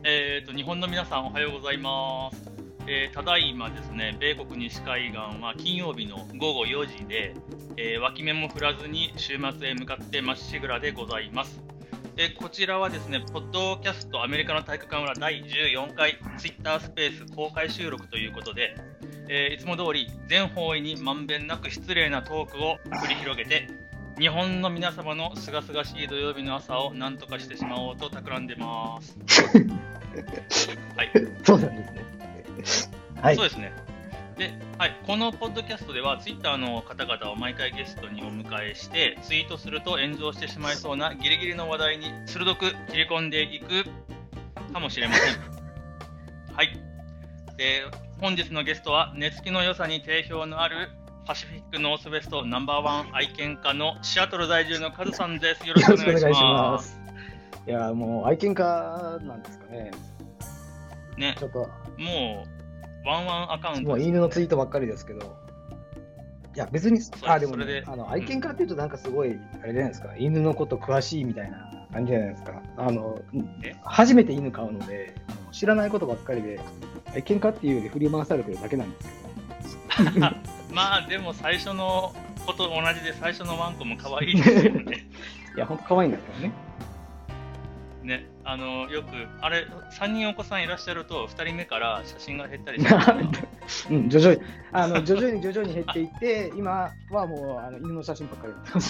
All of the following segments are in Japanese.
日本の皆さんおはようございます。ただいまですね、米国西海岸は金曜日の午後4時で、脇目も振らずに週末へ向かってまっしぐらでございます。こちらはですね、ポッドキャストアメリカの体育館裏第14回ツイッタースペース公開収録ということで、いつも通り全方位にまんべんなく失礼なトークを繰り広げて、日本の皆様のすがすがしい土曜日の朝を何とかしてしまおうと企んでます。はい。 そうなんですね。はい。 そうですね。で、はい、このポッドキャストではツイッターの方々を毎回ゲストにお迎えしてツイートすると炎上してしまいそうなギリギリの話題に鋭く切り込んでいくかもしれません。はい。で、本日のゲストは寝つきの良さに定評のあるパシフィックノースウェストナンバーワン愛犬家のシアトル在住のカズさんです。よろしくお願いします。 いや、もう愛犬家なんですかね。 ね。 ちょっともうワンワンアカウント、ね、 もう犬のツイートばっかりですけど。いや別にでも、ね、愛犬家っていうとなんかすごいあれじゃないですか。犬のこと詳しいみたいな感じじゃないですか。初めて犬飼うので知らないことばっかりで愛犬家っていうより振り回されてるだけなんですけど。 まあでも最初のこと同じで最初のワンコも可愛いですよね。 いや本当可愛いんだけどね。 ね、よくあれ3人お子さんいらっしゃると2人目から写真が減ったりしますうん、徐々に減っていって今はもう犬の写真ばっかりになってます。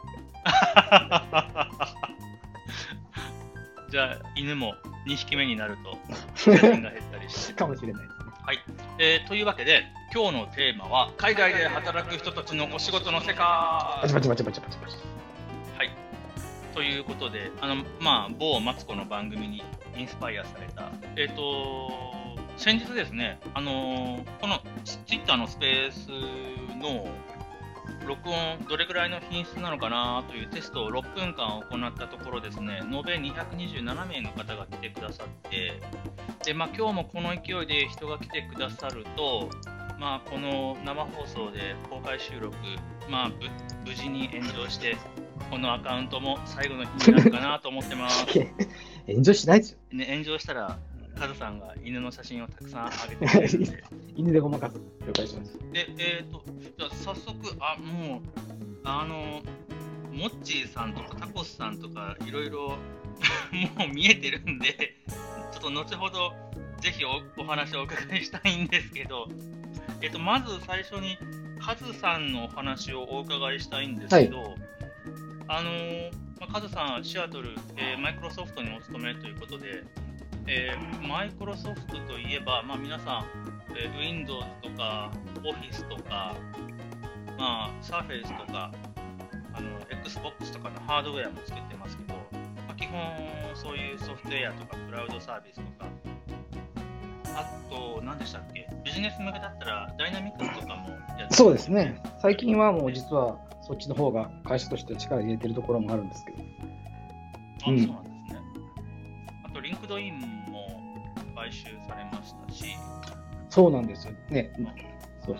じゃあ犬も2匹目になると写真が減ったりしてかもしれないですね。 はい、というわけで今日のテーマは海外で働く人たちのお仕事の世界。 バチバチバチバチバチバチ。 はい。ということで、某マツコの番組にインスパイアされた、先日ですね、このツイッターのスペースの録音、どれくらいの品質なのかなというテストを6分間行ったところですね、延べ227名の方が来てくださって、で、今日もこの勢いで人が来てくださると、この生放送で公開収録、無事に炎上して、このアカウントも最後の日になるかなと思ってます。 炎上しないですよ。 ね、炎上したら、カズさんが犬の写真をたくさん上げてくれるので。 犬でごまかす。了解します。 で、じゃあ早速、もう、モッチーさんとかタコスさんとか、いろいろもう見えてるんで、ちょっと後ほど、ぜひお話をお伺いしたいんですけど、まず最初に、カズさんのお話をお伺いしたいんですけど、はい、カズさん、シアトル、マイクロソフトにお勤めということで、マイクロソフトといえば、皆さん、Windows とか Office とか、Surface とか、Xbox とかのハードウェアも作ってますけど、基本そういうソフトウェアとかクラウドサービスとか、あと何でしたっけ、ビジネス向けだったらダイナミックスとかもやってます。 そうですね。最近はもう実はそっちの方が会社として力入れてるところもあるんですけど。 そうなんですね。あとリンクドインも買収されましたし。 そうなんですよね。そう。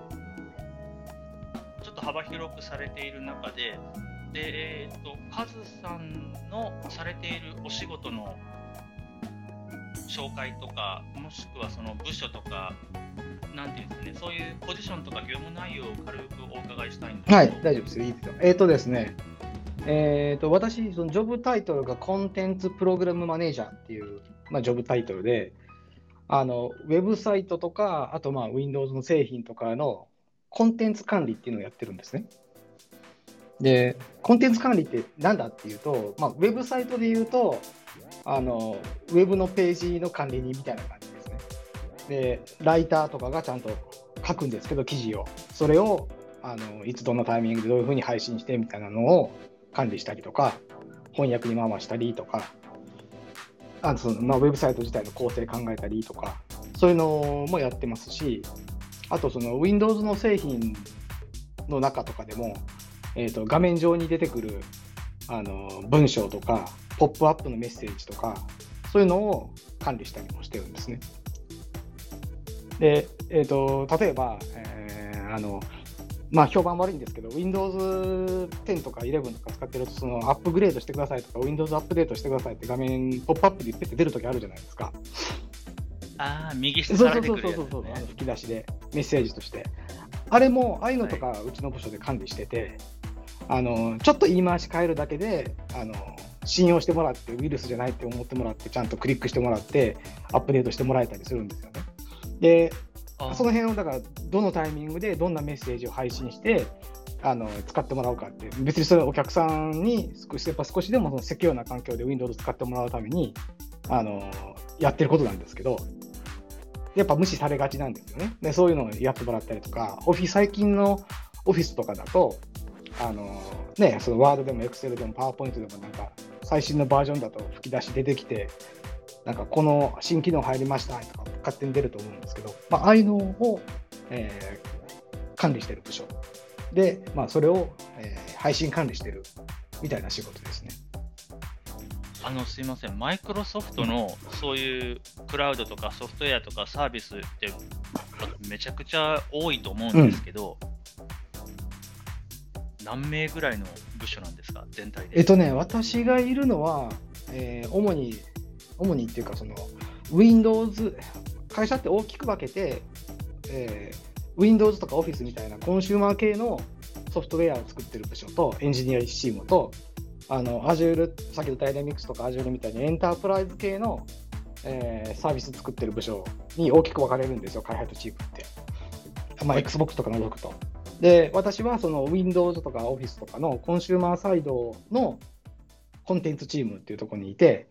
ちょっと幅広くされている中で、カズさんのされているお仕事の紹介とか、もしくはその部署とか、なんていうんですかね、そういうポジションとか業務内容を軽くお伺いしたいんですけど。 はい、大丈夫ですよ。いいですよ。ですね、私、そのジョブタイトルがコンテンツプログラムマネージャーっていう、ジョブタイトルで、ウェブサイトとか、あとWindows の製品とかのコンテンツ管理っていうのをやってるんですね。で、コンテンツ管理ってなんだっていうと、ウェブサイトで言うと、ウェブのページの管理人みたいな感じですね。で、ライターとかがちゃんと書くんですけど、記事を。それをいつどんなタイミングでどういうふうに配信してみたいなのを管理したりとか、翻訳に回したりとか、ウェブサイト自体の構成考えたりとか、そういうのもやってますし、あとその Windows の製品の中とかでも、画面上に出てくる文章とかポップアップのメッセージとかそういうのを管理したりもしてるんですね。で、例えば、 まあ評判悪いんですけど、Windows 10とか11とか使ってると、そのアップグレードしてくださいとか、Windows アップデートしてくださいって画面、ポップアップでペッて出るときあるじゃないですか。 ああ、右下そうからそうそう出てくるやつそうそう、 ですね。 吹き出しで、メッセージとして。あれも、ああいうのとか、うちの部署で管理してて、ちょっと言い回し変えるだけで、信用してもらって、ウイルスじゃないって思ってもらって、ちゃんとクリックしてもらって、アップデートしてもらえたりするんですよね。で、その辺をだから、どのタイミングでどんなメッセージを配信して、使ってもらうかって、別にそれはお客さんに少しでもそのセキュアな環境で Windows 使ってもらうために、やってることなんですけど、やっぱ無視されがちなんですよね。で、そういうのをやってもらったりとか、最近のオフィスとかだと、そのワードでもエクセルでもパワーポイントでもなんか最新のバージョンだと吹き出し出てきて、なんかこの新機能入りましたとか勝手に出ると思うんですけど、ああいうのを、管理してる部署で、それを、配信管理してるみたいな仕事ですね。 すいません、マイクロソフトのそういうクラウドとかソフトウェアとかサービスってめちゃくちゃ多いと思うんですけど、何名ぐらいの部署なんですか、全体で。 私がいるのは、主にっていうか、その Windows、会社って大きく分けて、Windows とか Office みたいなコンシューマー系のソフトウェアを作ってる部署と、エンジニアチームと、Azure、さっきの Dynamics とか Azure みたいにエンタープライズ系の、サービス作ってる部署に大きく分かれるんですよ、開発チームって。Xbox とか除くと。で、私はその Windows とか Office とかのコンシューマーサイドのコンテンツチームっていうところにいて、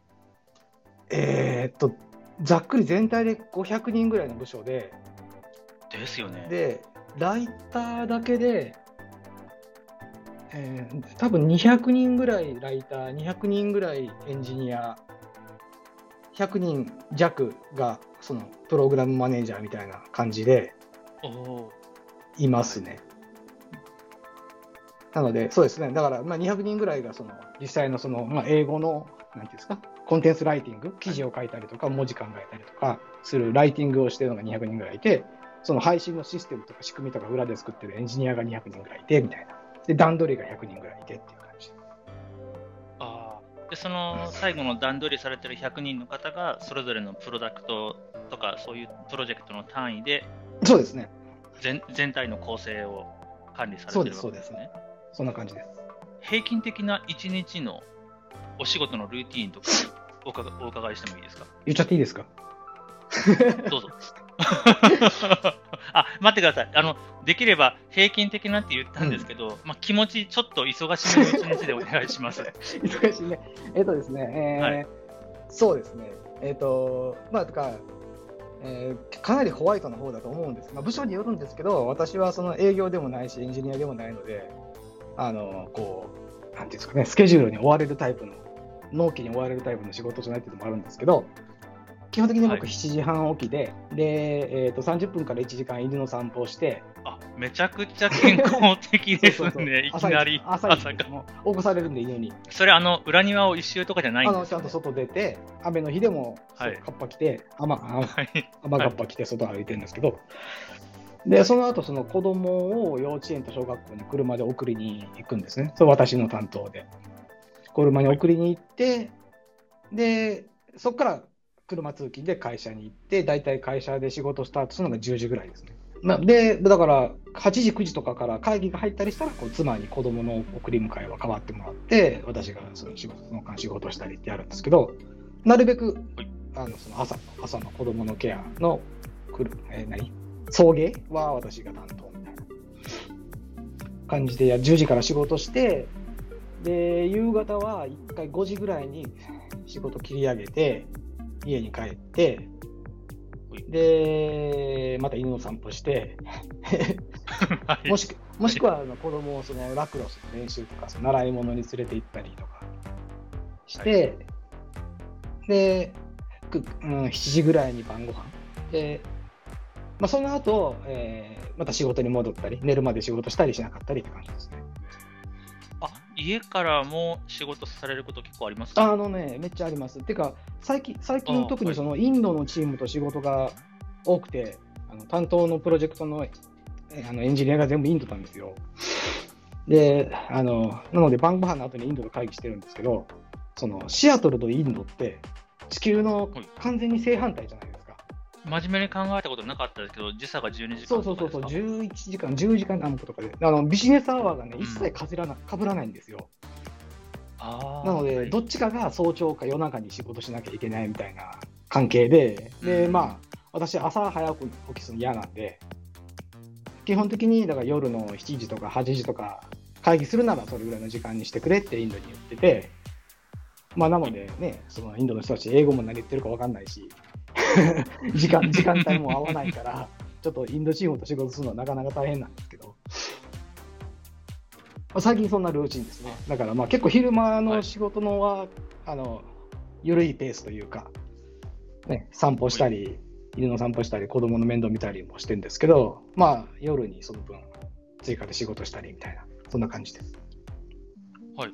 ざっくり全体で500人ぐらいの部署で、 ですよね。 で、ライターだけで、多分200人ぐらいライター、200人ぐらいエンジニア、100人弱がそのプログラムマネージャーみたいな感じでいますね。なので、そうですね、だから200人ぐらいがその実際のその英語のなんていうんですか、コンテンツライティング、記事を書いたりとか、文字考えたりとかするライティングをしているのが200人ぐらいいて、その配信のシステムとか仕組みとか裏で作ってるエンジニアが200人ぐらいいてみたいな。で、段取りが100人ぐらいいてっていう感じ。 で、その最後の段取りされてる100人の方が、それぞれのプロダクトとか、そういうプロジェクトの単位で、 そうですね。 全体の構成を管理されてるわけですね。 そんな感じです。 平均的な1日のお仕事のルーティーンとかお伺いしてもいいですか？ 言っちゃっていいですか？ どうぞ。待ってください。できれば平均的なって言ったんですけど、気持ちちょっと忙しめの一日でお願いします。 忙しいね。ですね、そうですね。かなりホワイトの方だと思うんです。部署によるんですけど、私はその営業でもないし、エンジニアでもないので、なんていうんですかね、スケジュールに追われるタイプの、納期に追われるタイプの仕事じゃないっていうのもあるんですけど、基本的に僕7時半起きで、30分から1時間犬の散歩をして、 めちゃくちゃ健康的ですね。いきなり朝が起こされるんで犬に。 それ裏庭を一周とかじゃないんですか？ ちゃんと外出て、雨の日でもカッパ着て、雨カッパ着て外歩いてるんですけど、でその後その子供を幼稚園と小学校に車で送りに行くんですね。それ私の担当で車に送りに行って、でそこから車通勤で会社に行って、だいたい会社で仕事スタートするのが10時ぐらいですね。でだから8時9時とかから会議が入ったりしたら、妻に子供の送り迎えは代わってもらって、私がその間仕事をしたりってやるんですけど、なるべくその朝の子供のケアの送迎は私が担当みたいな感じで10時から仕事して、で夕方は1回5時ぐらいに仕事切り上げて家に帰って、でまた犬の散歩してもしくは子供をそのラクロスの練習とか習い物に連れて行ったりとかして、で、7時ぐらいに晩ご飯で、その後、また仕事に戻ったり、寝るまで仕事したりしなかったりって感じですね。 家からも仕事されること結構ありますか？ めっちゃあります。てか最近特にそのインドのチームと仕事が多くて、担当のプロジェクトの、 エンジニアが全部インドなんですよ。で、なので晩ご飯の後にインドと会議してるんですけど、そのシアトルとインドって地球の完全に正反対じゃないですか。 真面目に考えたことなかったですけど、時差が12時間そうとかですか。 そうそうそう、11時間、10時間何個とかで、ビジネスアワーがね、一切かぶらないんですよ。なので、 はいどっちかが早朝か夜中に仕事しなきゃいけないみたいな関係で、まあ、私、朝早く起きするの嫌なんで、基本的にだから夜の7時とか8時とか会議するならそれぐらいの時間にしてくれってインドに言ってて、まあ、なのでね、そのインドの人たち、英語も何言ってるか分かんないし、時間帯も合わないから、ちょっとインドチームと仕事するのはなかなか大変なんですけど、最近そんなルーチンですね。だからまあ結構昼間の仕事のは、緩いペースというか、ね、散歩したり、犬の散歩したり、子供の面倒見たりもしてるんですけど、まあ夜にその分追加で仕事したりみたいな、そんな感じです。 はい。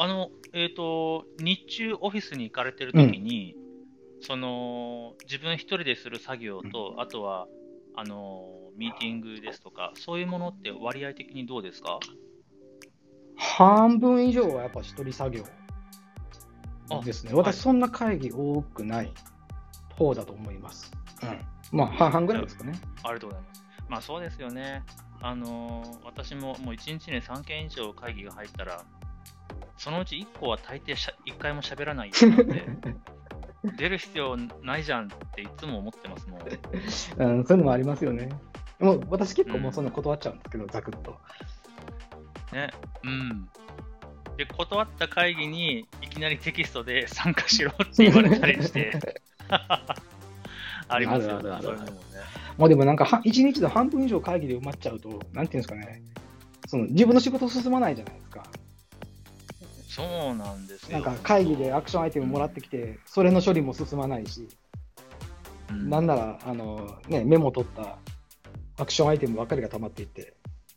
日中オフィスに行かれてるときに、その自分一人でする作業と、あとはミーティングですとか、そういうものって割合的にどうですか？ 半分以上はやっぱ一人作業ですね。私、そんな会議多くない方だと思います。まあ、半々ぐらいですかね。 ありがとうございます。まあ、そうですよね。私ももう1日に3件以上会議が入ったら、そのうち1個は大抵1回も喋らないようなので、出る必要ないじゃんっていつも思ってますもん。 そういうのもありますよね。もう私結構もうそんな断っちゃうんですけど、ザクッと。 ね、で、断った会議にいきなりテキストで参加しろって言われたりして、ありますよね。 もうでもなんか1日の半分以上会議で埋まっちゃうと、なんていうんですかね、その自分の仕事進まないじゃないですか。 そうなんですよ。 なんか会議でアクションアイテムもらってきて、それの処理も進まないし、なんならメモ取ったアクションアイテムばっかりが溜まっていって。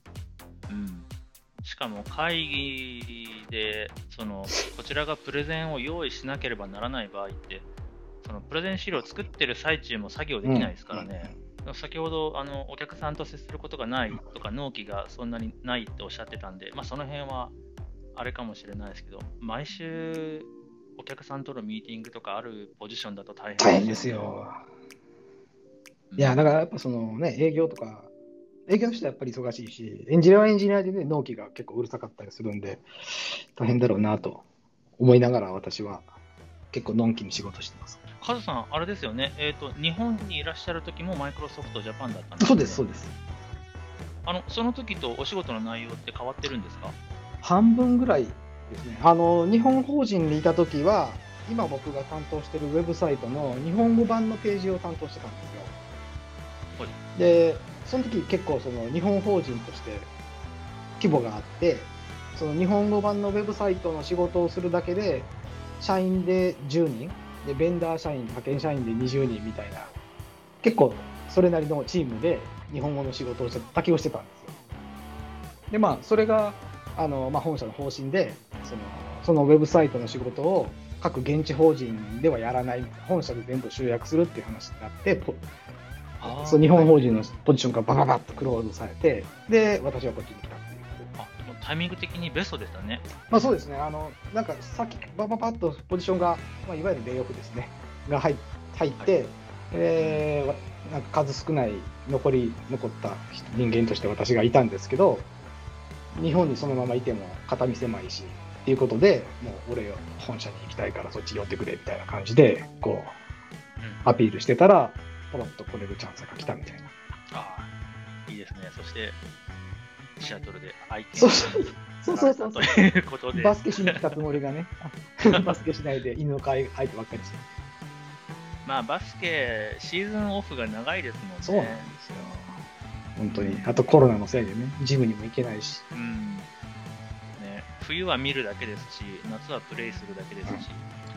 しかも会議でこちらがプレゼンを用意しなければならない場合って、そのプレゼン資料を作ってる最中も作業できないですからね。先ほどお客さんと接することがないとか、納期がそんなにないっておっしゃってたんで、まあ、その辺はあれかもしれないですけど、毎週お客さんとのミーティングとかあるポジションだと大変ですよ。いや、だからやっぱそのね、営業とか、営業としてはやっぱり忙しいし、エンジニアはエンジニアでね、納期が結構うるさかったりするんで、大変だろうなと思いながら、私は結構のんきに仕事してます。 カズさん、あれですよね、日本にいらっしゃる時もマイクロソフトジャパンだったんですか？ そうです、そうです。 その時とお仕事の内容って変わってるんですか？ 半分ぐらいですね。日本法人にいた時は、今僕が担当しているウェブサイトの日本語版のページを担当してたんですよ。 はい、 で、その時結構その日本法人として規模があって、その日本語版のウェブサイトの仕事をするだけで、社員で10人、でベンダー社員、派遣社員で20人みたいな、結構それなりのチームで日本語の仕事をだけをしてたんですよ。で、まあ、それが本社の方針で、そのウェブサイトの仕事を各現地法人ではやらない、本社で全部集約するっていう話になって、そう日本法人のポジションがバババッとクローズされて、で、私はこっちに来たっていう。 タイミング的にベストでしたね。 まあそうですね。なんかさっきバババッとポジションが、いわゆるレイオフですね。が入って、なんか数少ない残った人間として私がいたんですけど、日本にそのままいても肩身狭いしっていうことで、もう俺は本社に行きたいからそっち寄ってくれみたいな感じでこうアピールしてたら、ポロッと来れるチャンスが来たみたいな。 いいですね。そしてシアトルで相手そうということで、 バスケしに来たつもりがね、バスケしないで犬の相手ばっかりして。 まあバスケシーズンオフが長いですもんね。 そうなんですよ。本当に。あとコロナのせいでね、ジムにも行けないし。 ね、冬は見るだけですし、夏はプレイするだけですし。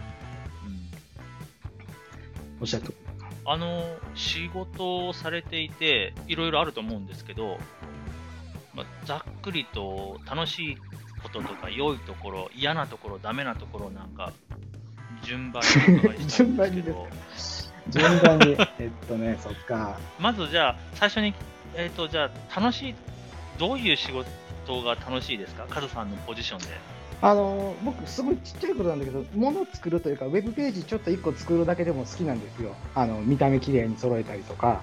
おっしゃると。 仕事をされていて、いろいろあると思うんですけど、ざっくりと楽しいこととか、良いところ、嫌なところ、ダメなところなんか、順番にお伺いしたいんですけど。 順番にそっか。 まずじゃあ、最初にじゃあ、どういう仕事が楽しいですか、カズさんのポジションで。 僕、すごいちっちゃいことなんだけど、物を作るというか、ウェブページちょっと1個作るだけでも好きなんですよ。見た目きれいに揃えたりとか、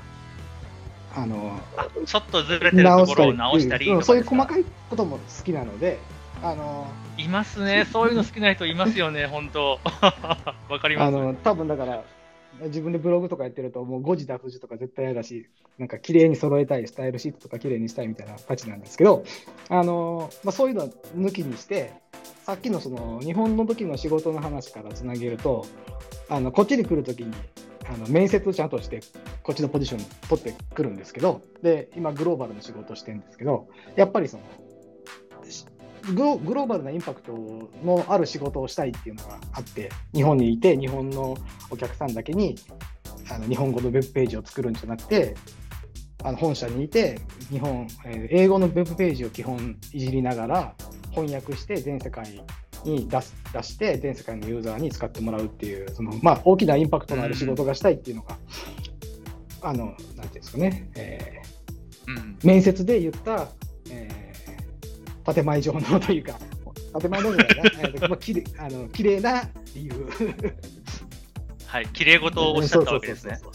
ちょっとずれてるところを直したりとかですか。 そういう細かいことも好きなので、 いますね、そういうの好きな人いますよね、本当。わかります。 多分だから、自分でブログとかやってると、もう誤字脱字とか絶対嫌だし、なんか綺麗に揃えたい、スタイルシートとか綺麗にしたいみたいな価値なんですけど、そういうのは抜きにして、さっきのその日本の時の仕事の話からつなげると、こっちに来るときに面接をちゃんとして、こっちのポジションに取ってくるんですけど、で、今グローバルの仕事をしてるんですけど、やっぱりその、グローバルなインパクトのある仕事をしたいっていうのがあって、日本にいて日本のお客さんだけに日本語のウェブページを作るんじゃなくて、本社にいて英語のウェブページを基本いじりながら翻訳して全世界に出して全世界のユーザーに使ってもらうっていう、その、大きなインパクトのある仕事がしたいっていうのが、なんていうんですかね、面接で言った建前上のというか、建前のじゃないな、きれいな理由。 はい、きれい事をおっしゃったわけですね。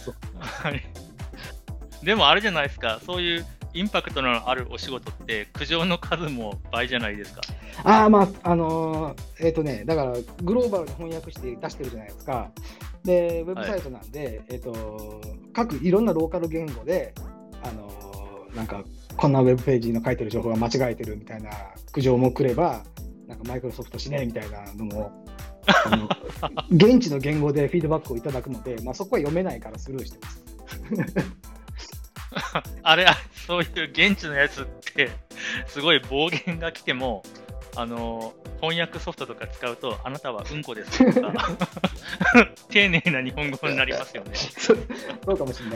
でもあれじゃないですか、そういうインパクトのあるお仕事って、苦情の数も倍じゃないですか。 だからグローバルに翻訳して出してるじゃないですか。で、ウェブサイトなんで、各いろんなローカル言語で、なんかこんなウェブページの書いてる情報が間違えてるみたいな苦情も来れば、なんかマイクロソフトしねえみたいなのも現地の言語でフィードバックをいただくので、そこは読めないからスルーしてます。 そういう現地のやつってすごい暴言が来ても、翻訳ソフトとか使うと、あなたはうんこですとか丁寧な日本語になりますよね。 そうかもしれない。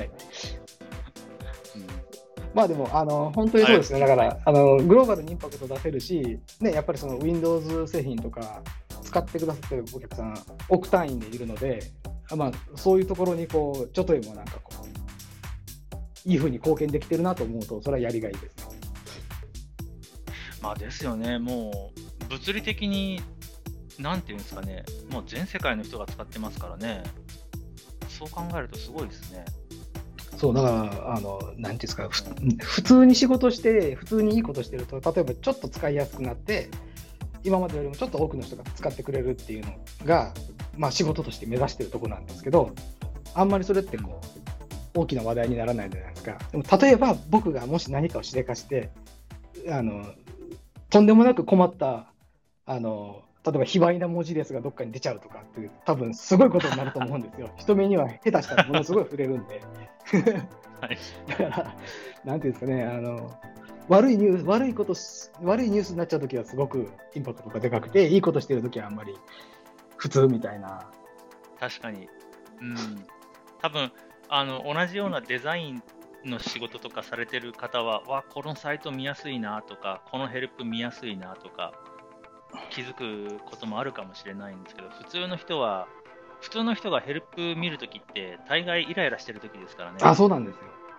でも本当にそうですね。だからグローバルにインパクト出せるし、ね、やっぱりその Windows 製品とか使ってくださってるお客さん億単位でいるので、そういうところにこうちょっとでもなんかこういい風に貢献できてるなと思うと、それはやりがいいですね。 ですよね。もう物理的になんていうんですかね、もう全世界の人が使ってますからね。そう考えるとすごいですね。 そうだからなんていうんですか、普通に仕事して普通にいいことしてると、例えばちょっと使いやすくなって今までよりもちょっと多くの人が使ってくれるっていうのが、仕事として目指してるところなんですけど、あんまりそれってこう大きな話題にならないじゃないですか。でも例えば僕がもし何かをしでかしてとんでもなく困った例えば卑猥な文字列がどっかに出ちゃうとかっていう、多分すごいことになると思うんですよ。人目には下手したらものすごい触れるんで。 はい、 だからなんていうんですかね、悪いニュースになっちゃうときはすごくインパクトがでかくて、いいことしてるときはあんまり普通みたいな。 確かに。多分同じようなデザインの仕事とかされてる方は、このサイト見やすいなとか、このヘルプ見やすいなとか気づくこともあるかもしれないんですけど、普通の人がヘルプ見るときって大概イライラしてるときですからね。 そうなんですよ。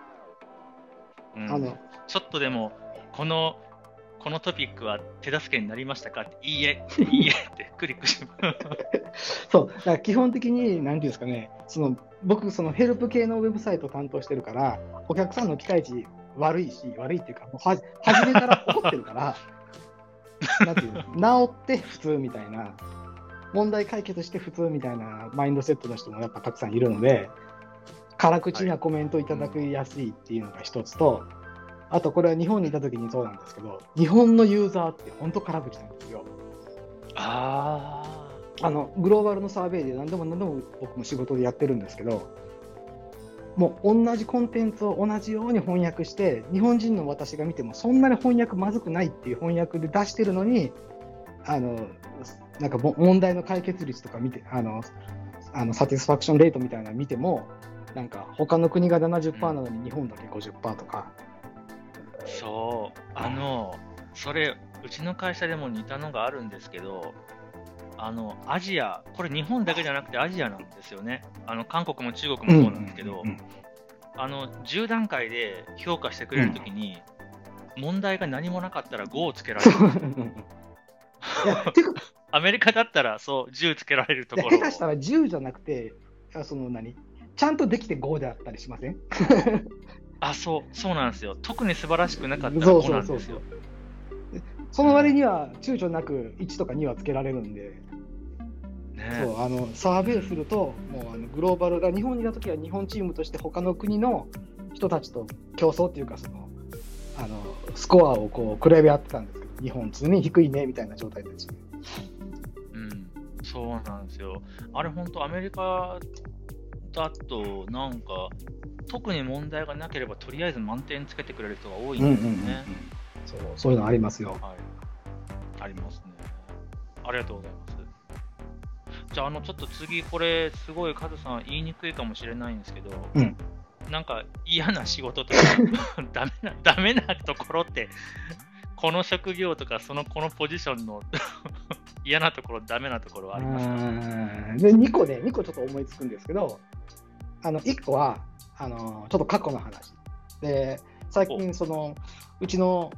ちょっとでもこのトピックは手助けになりましたかって、いいえってクリックしますそうだから基本的に何ていうんですかね、僕そのヘルプ系のウェブサイトを担当してるから、お客さんの期待値悪いっていうか、もう初めから怒ってるからなんていうの、治って普通みたいな、問題解決して普通みたいなマインドセットの人もやっぱたくさんいるので、辛口なコメントいただきやすいっていうのが一つと、あとこれは日本にいた時にそうなんですけど、日本のユーザーって本当辛口なんですよ。グローバルのサーベイで何度も僕も仕事でやってるんですけど、もう同じコンテンツを同じように翻訳して、日本人の私が見てもそんなに翻訳まずくないっていう翻訳で出してるのに、なんか問題の解決率とか見て、サティスファクションレートみたいなの見ても、なんか他の国が 70% なのに日本だけ 50% とか。 そう、それうちの会社でも似たのがあるんですけど、アジア、これ日本だけじゃなくてアジアなんですよね。韓国も中国もそうなんですけど、 10段階で評価してくれるときに、問題が何もなかったら5をつけられる。 いやてかアメリカだったらそう10つけられるところを。 下手したら10じゃなくて、ちゃんとできて5であったりしません？ そうなんですよ。特に素晴らしくなかったら5なんですよ。 その割には躊躇なく1とか2はつけられるんで、 ね、 そうサーベイすると、もうグローバルが日本にいたときは日本チームとして他の国の人たちと競争っていうか、スコアをこう比べ合ってたんですけど、日本常に低いねみたいな状態ですよね。 そうなんですよ。あれ本当アメリカだとなんか特に問題がなければとりあえず満点つけてくれる人が多いんですよね。 そういうのありますよ。 はい、ありますね。ありがとうございます。じゃあちょっと次これすごいカズさん言いにくいかもしれないんですけど、なんか嫌な仕事とかダメなところってこの職業とかこのポジションの嫌なところダメなところはありますか？ で2個ちょっと思いつくんですけど、1個はちょっと過去の話で、最近うちの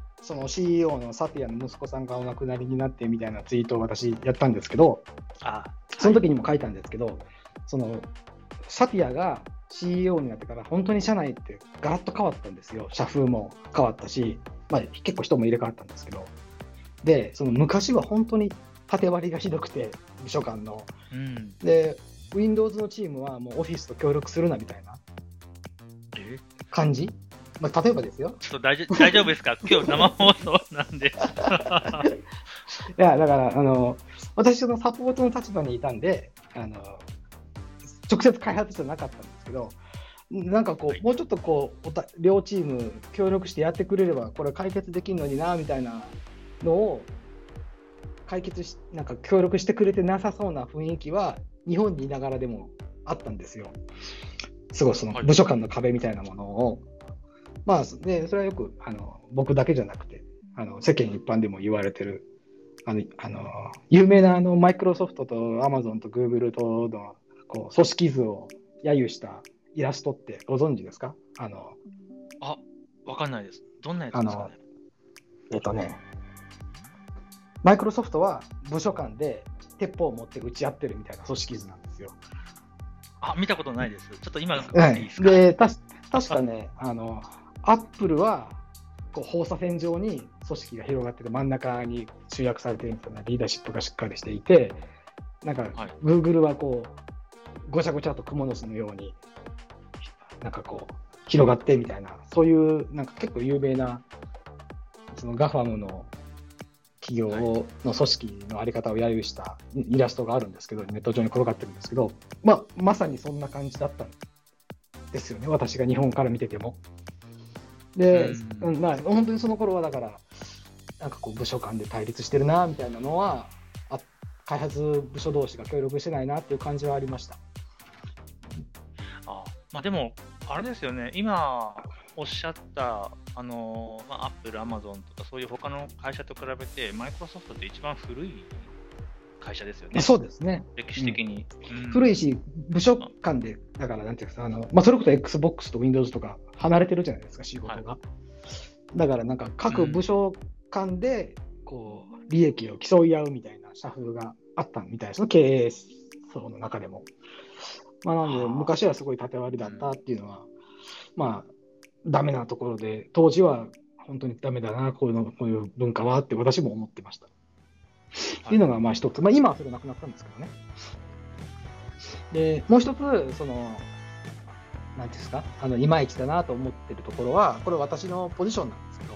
CEO のサティアの息子さんがお亡くなりになってみたいなツイートを私やったんですけど、その時にも書いたんですけど、サティアが CEO になってから本当に社内ってガラッと変わったんですよ。社風も変わったし、結構人も入れ替わったんですけど、で昔は本当に縦割りがひどくて、部署間の、で Windows のチームはもうオフィスと協力するなみたいな感じ。例えばですよ。 ちょっと大丈夫ですか？今日生放送なんで。いや、だから私のサポートの立場にいたんで、直接開発じゃなかったんですけど、なんかもうちょっと両チーム協力してやってくれればこれ解決できるのになみたいなのをなんか協力してくれてなさそうな雰囲気は日本にいながらでもあったんですよ。すごい部署間の壁みたいなものを、でそれはよく僕だけじゃなくて世間一般でも言われてる有名なマイクロソフトとアマゾンとグーグルとの組織図を揶揄したイラストってご存知ですか？ わかんないです。どんなやつですかね？ マイクロソフトは部署間で鉄砲を持って撃ち合ってるみたいな組織図なんですよ。 見たことないです。ちょっと今のいいですか？ で確かね、アップルは放射線上に組織が広がってて真ん中に集約されているみたいなリーダーシップがしっかりしていて、なんか Google はごちゃごちゃと蜘蛛の巣のようになんか広がってみたいな、そういうなんか結構有名なGAFAM の企業の組織のあり方を揶揄したイラストがあるんですけど、ネット上に転がってるんですけど、まさにそんな感じだったんですよね、私が日本から見てても。で、本当にその頃はだからなんか部署間で対立してるなみたいなのは開発部署同士が協力してないなっていう感じはありました。 でもあれですよね、今おっしゃったアップル、アマゾンとかそういう他の会社と比べてマイクロソフトって一番古い会社ですよね。 そうですね。 歴史的に、 古いし部署間でだからなんていうかそれこそ Xbox と Windows とか離れてるじゃないですか、仕事が。だからなんか各部署間で利益を競い合うみたいな社風があったみたいですね、経営層の中でも。なので昔はすごい縦割りだったっていうのはダメなところで、当時は本当にダメだなこういう文化はって私も思ってました。っていうのが一つ、今はそれなくなったんですけどね。でもう一つなんていうんですか、いまいちだなと思ってるところは、これ私のポジションなんですけど、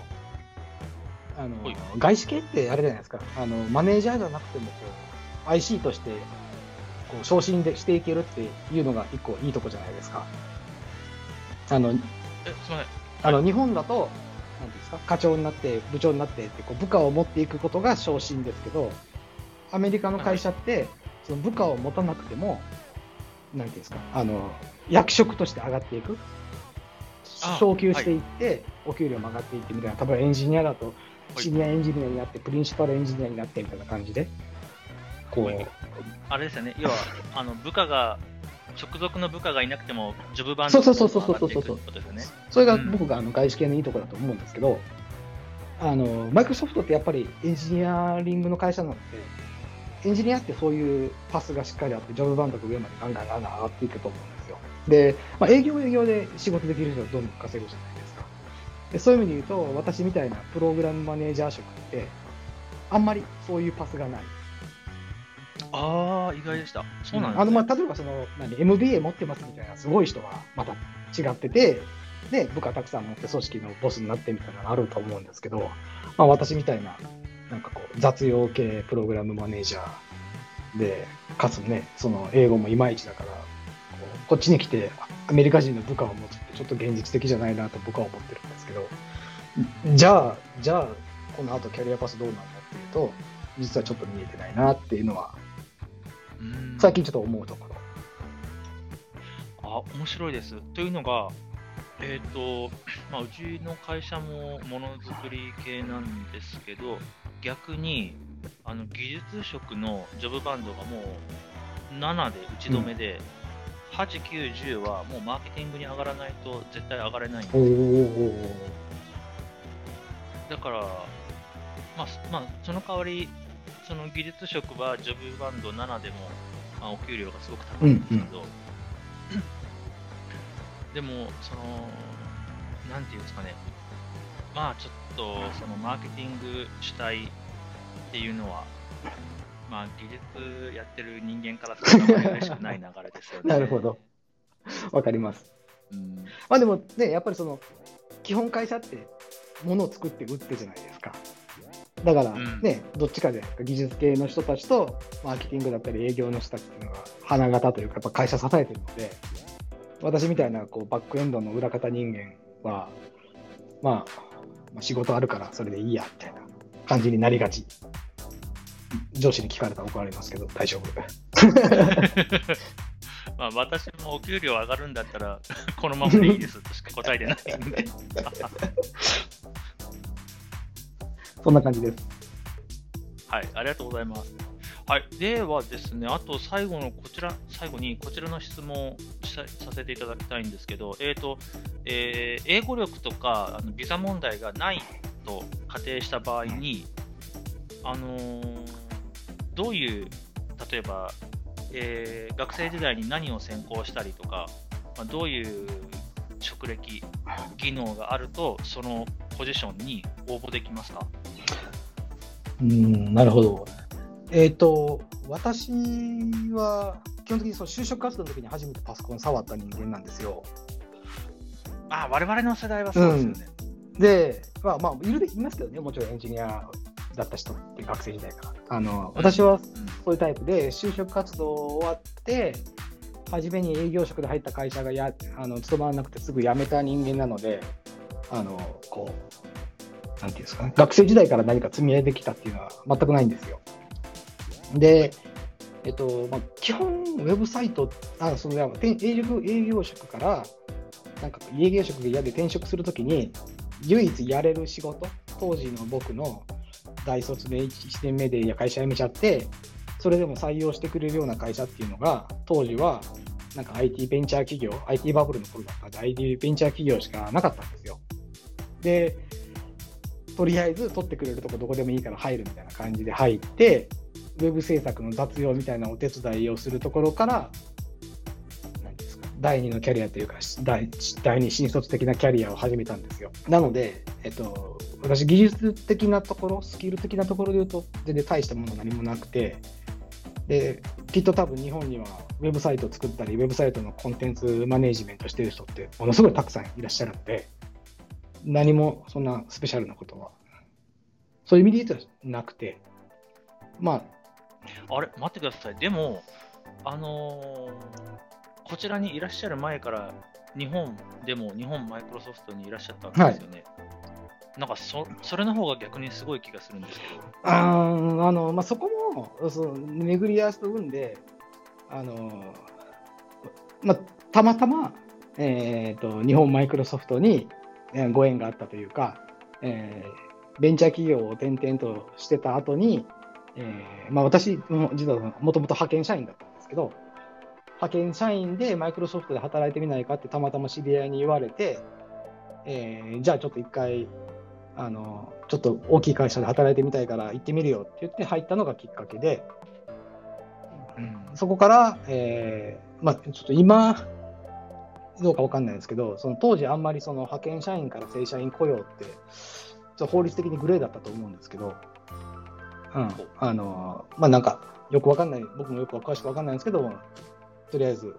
外資系ってあれじゃないですか、マネージャーじゃなくてもIC として昇進していけるっていうのが一個いいとこじゃないですか。 すみません。日本だとなんですか、課長になって部長になってって部下を持っていくことが昇進ですけど、アメリカの会社ってその部下を持たなくてもなんていうんですか、役職として上がっていく、昇給していってお給料も上がっていってみたいな、例えばエンジニアだとシニアエンジニアになってプリンシパルエンジニアになってみたいな感じであれですよね、要は部下が直属の部下がいなくても、ジョブバンドがどんどん上がっていくってことですよね。 それが僕が外資系のいいところだと思うんですけど、マイクロソフトってやっぱりエンジニアリングの会社なので、エンジニアってそういうパスがしっかりあって、ジョブバンドが上までガンガンガンガン上がっていくと思うんですよ。で、営業で仕事できる人はどんどん稼ぐじゃないですか。でそういう意味で言うと、私みたいなプログラムマネージャー職って、あんまりそういうパスがない。 ああ、意外でした。そうなんですね。 例えばMBA 持ってますみたいなすごい人はまた違ってて、で、部下たくさん持って組織のボスになってみたいなのあると思うんですけど、私みたいな、雑用系プログラムマネージャーで、かつね、その英語もいまいちだから、こっちに来てアメリカ人の部下を持つってちょっと現実的じゃないなと僕は思ってるんですけど、じゃあ、この後キャリアパスどうなんだっていうと、実はちょっと見えてないなっていうのは、最近ちょっと思うところ。 面白いです。というのが、うちの会社もものづくり系なんですけど、逆に技術職のジョブバンドがもう7で打ち止めで、8、9、10はもうマーケティングに上がらないと絶対上がれないんですよ。だから、その代わり、その技術職はジョブバンド7でも、お給料がすごく高いんですけど、でも、なんていうんですかね、ちょっと、そのマーケティング主体っていうのは、技術やってる人間からするとあまり嬉しくない流れですよね。 なるほど。わかります。でもね、やっぱり基本会社って物を作って売ってじゃないですか。だからね、どっちかで技術系の人たちとマーケティングだったり営業の人たちっていうのが花形というかやっぱ会社支えてるので、私みたいなバックエンドの裏方人間は仕事あるからそれでいいやみたいな感じになりがち。上司に聞かれたら怒られますけど大丈夫。 私もお給料上がるんだったらこのままでいいですとしか答えてないんで。 そんな感じです。 はい、ありがとうございます。はい、ではですね、あと最後にこちらの質問をさせていただきたいんですけど、英語力とかビザ問題がないと仮定した場合に、どういう、例えば、学生時代に何を専攻したりとか、どういう職歴、技能があると、そのポジションに応募できますか？ なるほど。私は基本的に就職活動の時に初めてパソコン触った人間なんですよ。 我々の世代はそうですよね。 で、いますけどね、もちろんエンジニアだった人って学生時代から。私はそういうタイプで、就職活動終わって、初めに営業職で入った会社が勤まらなくてすぐ辞めた人間なので、なんていうんですかね、学生時代から何か積み上げてきたっていうのは全くないんですよ。で、基本ウェブサイト、営業職から営業職が嫌で転職するときに唯一やれる仕事、当時の僕の大卒で1年目で会社辞めちゃって、それでも採用してくれるような会社っていうのが当時はIT ベンチャー企業、IT バブルの頃だったんで IT ベンチャー企業しかなかったんですよ。で、とりあえず取ってくれるとこどこでもいいから入るみたいな感じで入って、ウェブ制作の雑用みたいなお手伝いをするところから、何ですか、第二のキャリアというか第二新卒的なキャリアを始めたんですよ。なので、私技術的なところ、スキル的なところで言うと全然大したもの何もなくて、できっと多分日本にはウェブサイトを作ったりウェブサイトのコンテンツマネージメントしてる人ってものすごいたくさんいらっしゃるので、何もそんなスペシャルなことはそういう意味で言うとなくて、 あれ待ってください。でもこちらにいらっしゃる前から日本マイクロソフトにいらっしゃったんですよね。それの方が逆にすごい気がするんですけど。 そこも巡り合わせと運で、たまたま、日本マイクロソフトにご縁があったというか、ベンチャー企業を転々としてた後に、私実はもともと派遣社員だったんですけど、 派遣社員でマイクロソフトで働いてみないかってたまたま知り合いに言われて、じゃあちょっと一回ちょっと大きい会社で働いてみたいから行ってみるよって言って入ったのがきっかけで、そこから、まあ、ちょっと今どうかわかんないですけど、その当時あんまりその派遣社員から正社員雇用ってちょっと法律的にグレーだったと思うんですけど、まあなんかよくわかんない、僕もよく詳しくわかんないんですけど、とりあえず、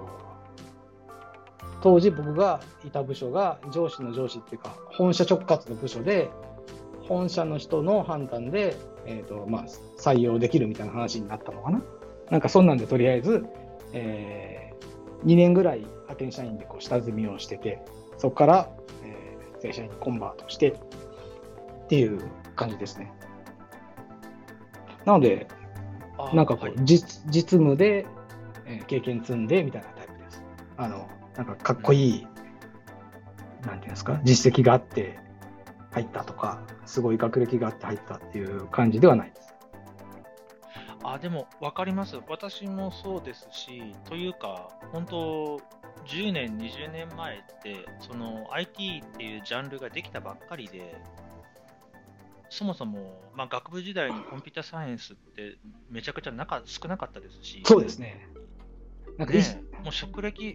当時僕がいた部署が上司の上司っていうか本社直轄の部署で、本社の人の判断で、まあ、採用できるみたいな話になったのかな。なんかそんなんでとりあえず、2年ぐらい派遣社員でこう下積みをしてて、そこから、正社員にコンバートしてっていう感じですね。なのでなんかこう、はい、実務で、経験積んでみたいなタイプです。なんかかっこいい、なんていうんですか、実績があって入ったとか、すごい学歴があって入ったっていう感じではないです。 でも分かります。私もそうですし、というか、本当、10年、20年前って、その IT っていうジャンルができたばっかりで、そもそも、まあ、学部時代にコンピュータサイエンスってめちゃくちゃ少なかったですし、 そうですね。 なんかもう職歴、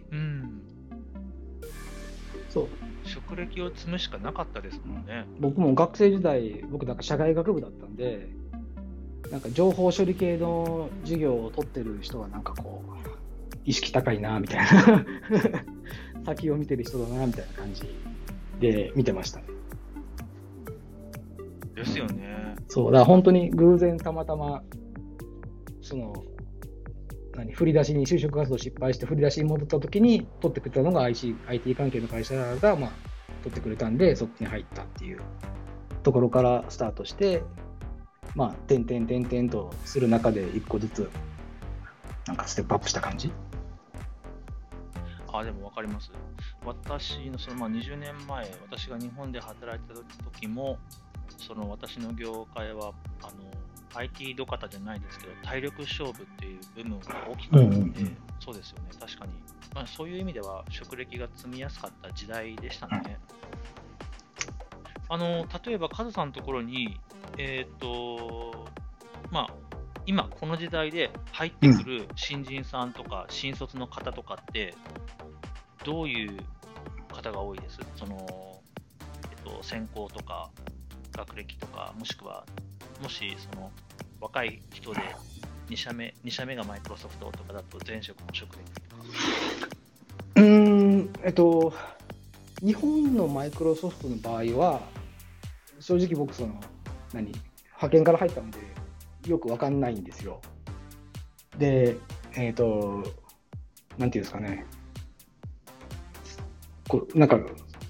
そう職歴を積むしかなかったですもんね。 僕も学生時代、僕なんか社会学部だったんで、なんか情報処理系の授業を取ってる人はなんかこう意識高いなみたいな先を見てる人だなみたいな感じで見てましたね。 ですよね。 そうだから本当に偶然たまたまその振り出しに就職活動失敗して振り出しに戻った時に取ってくれたのが IT 関係の会社がまあ取ってくれたんで、そこに入ったっていうところからスタートして、まあ点々とする中で一個ずつなんかステップアップした感じ。 でも分かります。私のその20年前、私が日本で働いてた時も、その私の業界はIT 土方じゃないですけど、体力勝負っていう部分が大きかったので、そうですよね、確かに、まあ、そういう意味では職歴が積みやすかった時代でしたね。例えばカズさんのところに、まあ今この時代で入ってくる新人さんとか新卒の方とかってどういう方が多いです？その、専攻とか学歴とか、もしくはもしその若い人で2社目がマイクロソフトとかだと前職の職歴とか。 日本のマイクロソフトの場合は正直僕派遣から入ったのでよくわかんないんですよ。で、なんていうんですかね、なんか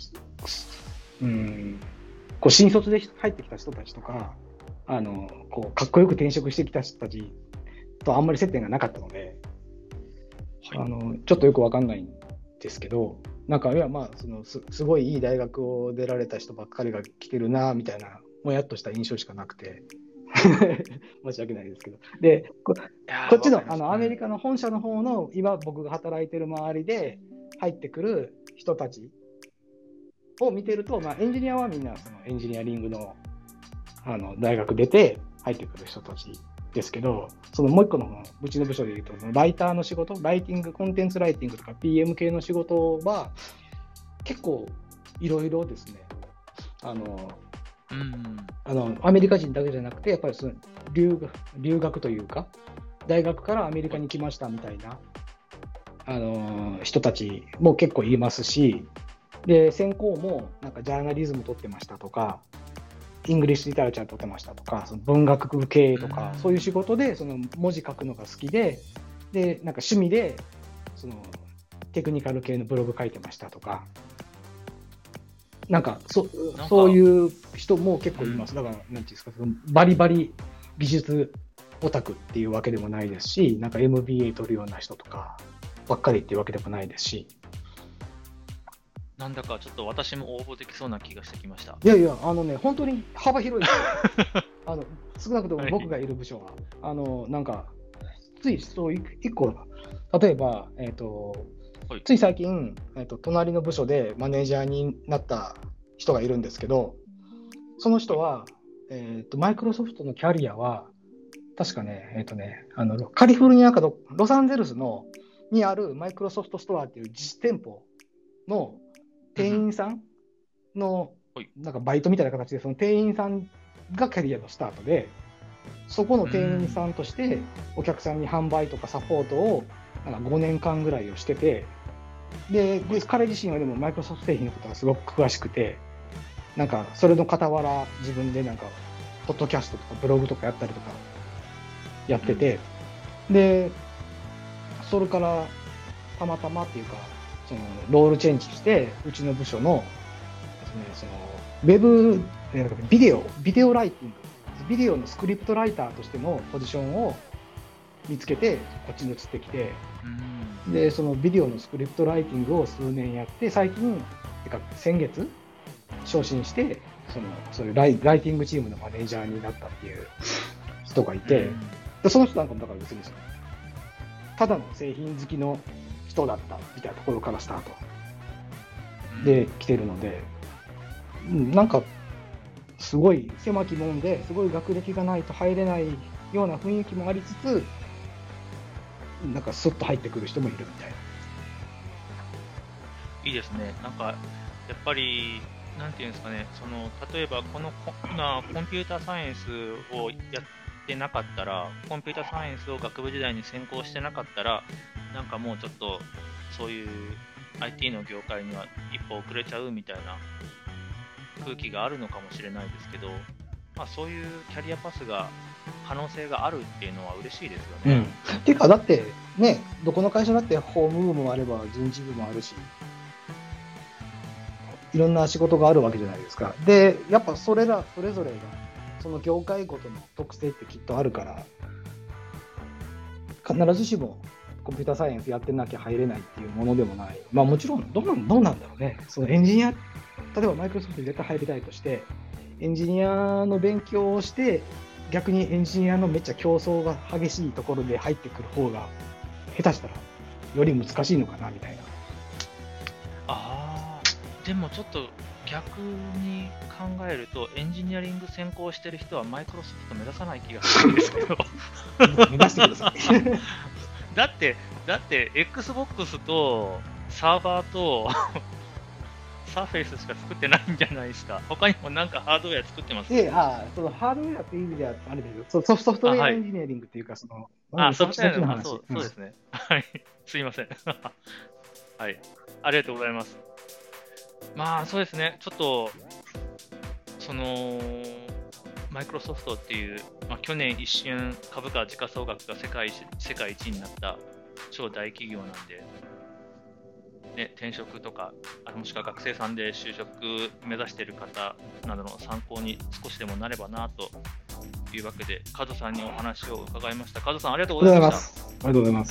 新卒で入ってきた人たちとか、かっこよく転職してきた人たちとあんまり接点がなかったので、ちょっとよくわかんないんですけど、なんかいや、まあすごいいい大学を出られた人ばっかりが来てるなみたいなもやっとした印象しかなくて申し訳ないですけど、で こっちのアメリカの本社の方の今僕が働いてる周りで入ってくる人たちを見てると、まあ、エンジニアはみんなそのエンジニアリングの大学出て入ってくる人たちですけど、そのもう一個のうちの部署でいうとライターの仕事、ライティング、コンテンツライティングとか PM 系の仕事は結構いろいろですね。アメリカ人だけじゃなくて、やっぱりその留学というか大学からアメリカに来ましたみたいな、人たちも結構いますし、で専攻もなんかジャーナリズム取ってましたとか、イングリッシュリタラチャー取ってましたとか、その文学系とか、そういう仕事でその文字書くのが好きで、なんか趣味でそのテクニカル系のブログ書いてましたとか、なんかそういう人も結構います。だからなんていうんですか、そのバリバリ技術オタクっていうわけでもないですし、なんか MBA 取るような人とかばっかりっていうわけでもないですし。 なんだかちょっと私も応募できそうな気がしてきました。 いやいや、本当に幅広いです少なくとも僕がいる部署は、なんか普ついそう一個、例えば、つい最近、隣の部署でマネージャーになった人がいるんですけど、その人は、マイクロソフトのキャリアは、確かね、カリフォルニアかロサンゼルスにあるマイクロソフトストアっていう実店舗の店員さんの、なんかバイトみたいな形で、その店員さんがキャリアのスタートで、そこの店員さんとしてお客さんに販売とかサポートをなんか5年間ぐらいをしてて、で彼自身はでもマイクロソフト製品のことがすごく詳しくて、なんかそれの傍ら自分でなんかポッドキャストとかブログとかやったりとかやってて、でそれからたまたまっていうか、そのロールチェンジしてうちの部署のですね、そのウェブビデオライティング、ビデオのスクリプトライターとしてのポジションを見つけてこっちに移ってきて、でそのビデオのスクリプトライティングを数年やって、最近先月昇進してそういうライティングチームのマネージャーになったっていう人がいて、でその人なんかもだから別にただの製品好きの人だったみたいなところからスタートで来てるので、なんかすごい狭き門ですごい学歴がないと入れないような雰囲気もありつつ、なんかスッと入ってくる人もいるみたいな。 いいですね。なんかやっぱりなんていうんですかね、例えば今コンピューターサイエンスをやってなかったら、コンピューターサイエンスを学部時代に専攻してなかったら、なんかもうちょっとそういう IT の業界には一歩遅れちゃうみたいな空気があるのかもしれないですけど、まあ、そういうキャリアパスが可能性があるっていうのは嬉しいですよね。 っていうかだってね、どこの会社だって法務部もあれば人事部もあるし、いろんな仕事があるわけじゃないですか。でやっぱそれぞれがその業界ごとの特性ってきっとあるから、必ずしもコンピューターサイエンスやってなきゃ入れないっていうものでもない。まあもちろんどうなんだろうね。そのエンジニア、例えばマイクロソフトに絶対入りたいとして、エンジニアの勉強をして逆にエンジニアのめっちゃ競争が激しいところで入ってくる方が下手したらより難しいのかなみたいな。 でもちょっと逆に考えると、エンジニアリング専攻してる人はマイクロソフト目指さない気がするんですけど目指してくださいだって Xbox とサーバーとサーフェイスしか作ってないんじゃないですか。他にもなんかハードウェア作ってますそのハードウェアっていう意味ではあれですよ、ソフトウェアエンジニアリングっていうか、 ソフトウェアの話。そうですね。はい、すいません。はい、ありがとうございます。まあそうですね、ちょっとマイクロソフトっていう、去年一瞬株価時価総額が世界一になった超大企業なんで、ね、転職とかもしくは学生さんで就職目指している方などの参考に少しでもなればなというわけで、カズさんにお話を伺いました。カズさんありがとうございました。 ありがとうございます。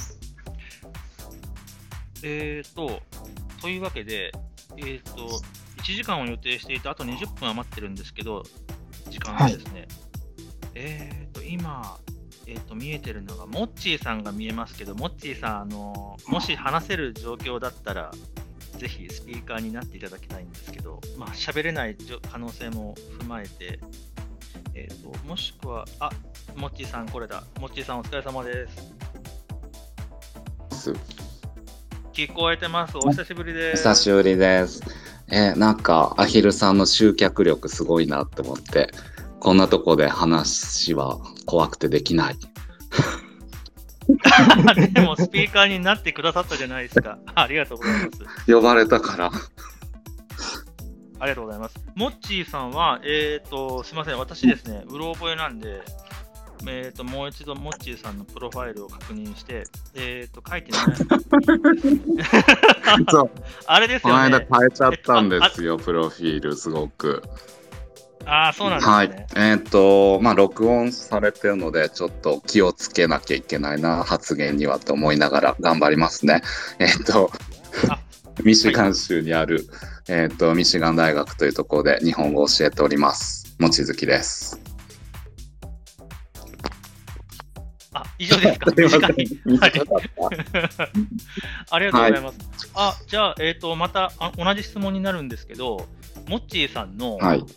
というわけで、1時間を予定していて、あと20分余ってるんですけど、時間がですね、今、見えてるのが、モッチーさんが見えますけど、モッチーさん、もし話せる状況だったら、ぜひスピーカーになっていただきたいんですけど、喋れない可能性も踏まえて、もしくは、モッチーさん、これだ。モッチーさん、お疲れ様です。聞こえてます。お久しぶりです。 久しぶりです。なんかアヒルさんの集客力すごいなって思って、こんなとこで話は怖くてできない。 でもスピーカーになってくださったじゃないですか。ありがとうございます。 呼ばれたから。 ありがとうございます。モッチーさんは、すいません、私ですね、うろ覚えなんで、もう一度モッチーさんのプロファイルを確認して、書いてない。 そう。 あれですよね。 この間変えちゃったんですよ、プロフィール、すごく。 そうなんですね。 はい。録音されてるので、ちょっと気をつけなきゃいけないな、発言にはと思いながら頑張りますね。ミシガン州にある、ミシガン大学というところで日本語を教えております。望月です。 以上ですか？ すいません短い。 短かった。 ありがとうございます。じゃあ、また同じ質問になるんですけど、モッチーさんの、 はい。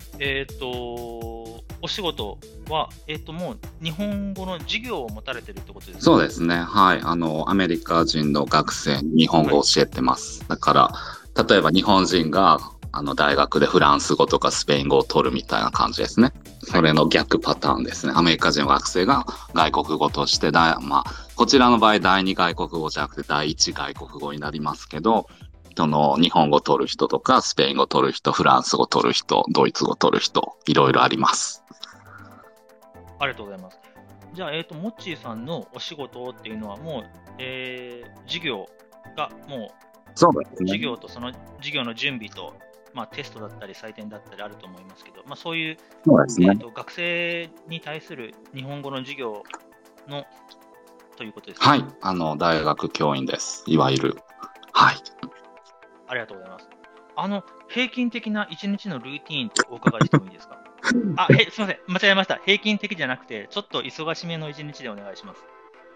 お仕事は、もう日本語の授業を持たれてるってことですか？ そうですね。はい。アメリカ人の学生に日本語を教えてます。だから、例えば日本人が、大学でフランス語とかスペイン語を取るみたいな感じですね。それの逆パターンですね。アメリカ人の学生が外国語として、こちらの場合第二外国語じゃなくて第一外国語になりますけど、日本語取る人とか、スペイン語取る人、フランス語取る人、ドイツ語取る人、いろいろあります。 ありがとうございます。じゃあ、モッチーさんのお仕事っていうのはもう、授業がもそうですう、授ね。 業とその授業の準備と、テストだったり採点だったりあると思いますけど、そういう、 そうですね。 学生に対する日本語の授業のということですか？ はい。大学教員です。いわゆる。はい。 ありがとうございます。平均的な1日のルーティーンってお伺いしてもいいですか？すみません。間違えました。平均的じゃなくて、ちょっと忙しめの1日でお願いします。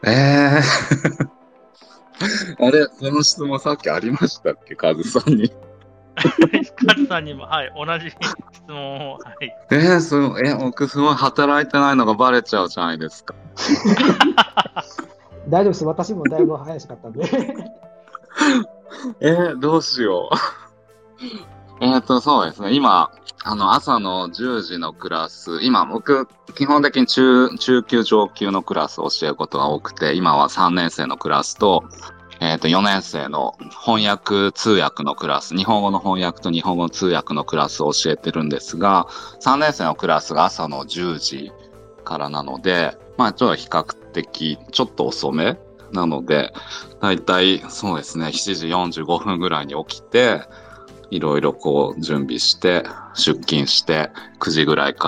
あれ、その質問さっきありましたっけ、カズさんに。 カズさんにも、はい、同じ質問を、はい。 僕すごい働いてないのがバレちゃうじゃないですか。 大丈夫です。私もだいぶ早かったんで。 どうしよう。そうですね。今、朝の10時のクラス、今僕、基本的に中級、上級のクラスを教えることが多くて、今は3年生のクラスと、4年生の翻訳通訳のクラス、日本語の翻訳と日本語の通訳のクラスを教えてるんですが、3年生のクラスが朝の10時からなので、ちょっと比較的、ちょっと遅めなので、だいたいそうですね、7時45分ぐらいに起きて、いろいろ準備して、出勤して、9時ぐらいから、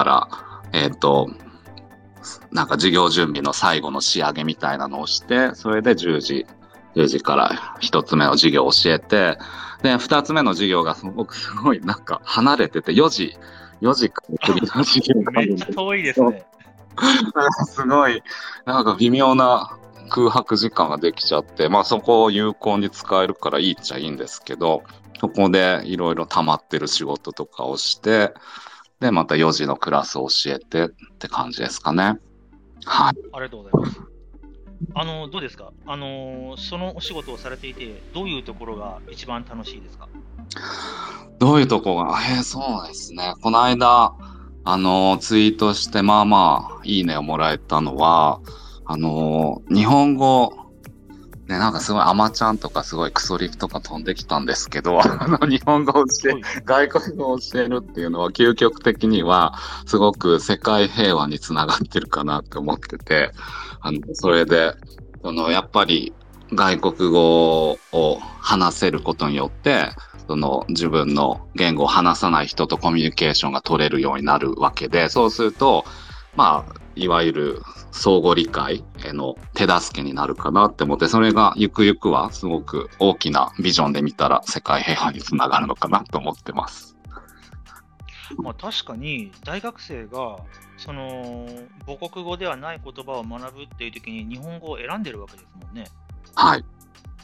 なんか授業準備の最後の仕上げみたいなのをして、それで10時から一つ目の授業を教えて、で、二つ目の授業が僕すごいなんか離れてて、4時から次の授業があるんでめっちゃ遠いですね。 すごい、なんか微妙な空白時間ができちゃって、そこを有効に使えるからいいっちゃいいんですけど、そこでいろいろ溜まってる仕事とかをして、で、また4時のクラスを教えてって感じですかね。はい。 ありがとうございます。どうですか？そのお仕事をされていて、どういうところが一番楽しいですか？ どういうとこが、そうですね。この間、ツイートして、いいねをもらえたのは、日本語、ね、なんかすごいアマちゃんとかすごいクソリプとか飛んできたんですけど、日本語を外国語を教えるっていうのは究極的にはすごく世界平和につながってるかなって思ってて、それで、やっぱり外国語を話せることによって、自分の言語を話さない人とコミュニケーションが取れるようになるわけで、そうすると、いわゆる相互理解への手助けになるかなって思って、それがゆくゆくはすごく大きなビジョンで見たら世界平和につながるのかなと思ってます。 確かに大学生がその母国語ではない言葉を学ぶっていう時に日本語を選んでるわけですもんね。 はい。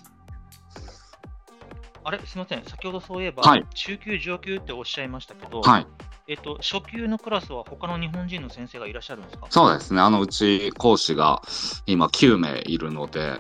すみません。先ほどそういえば、 はい、 中級上級っておっしゃいましたけど、 はい。 初級のクラスは他の日本人の先生がいらっしゃるんですか？ そうですね。うち講師が今9名いるので、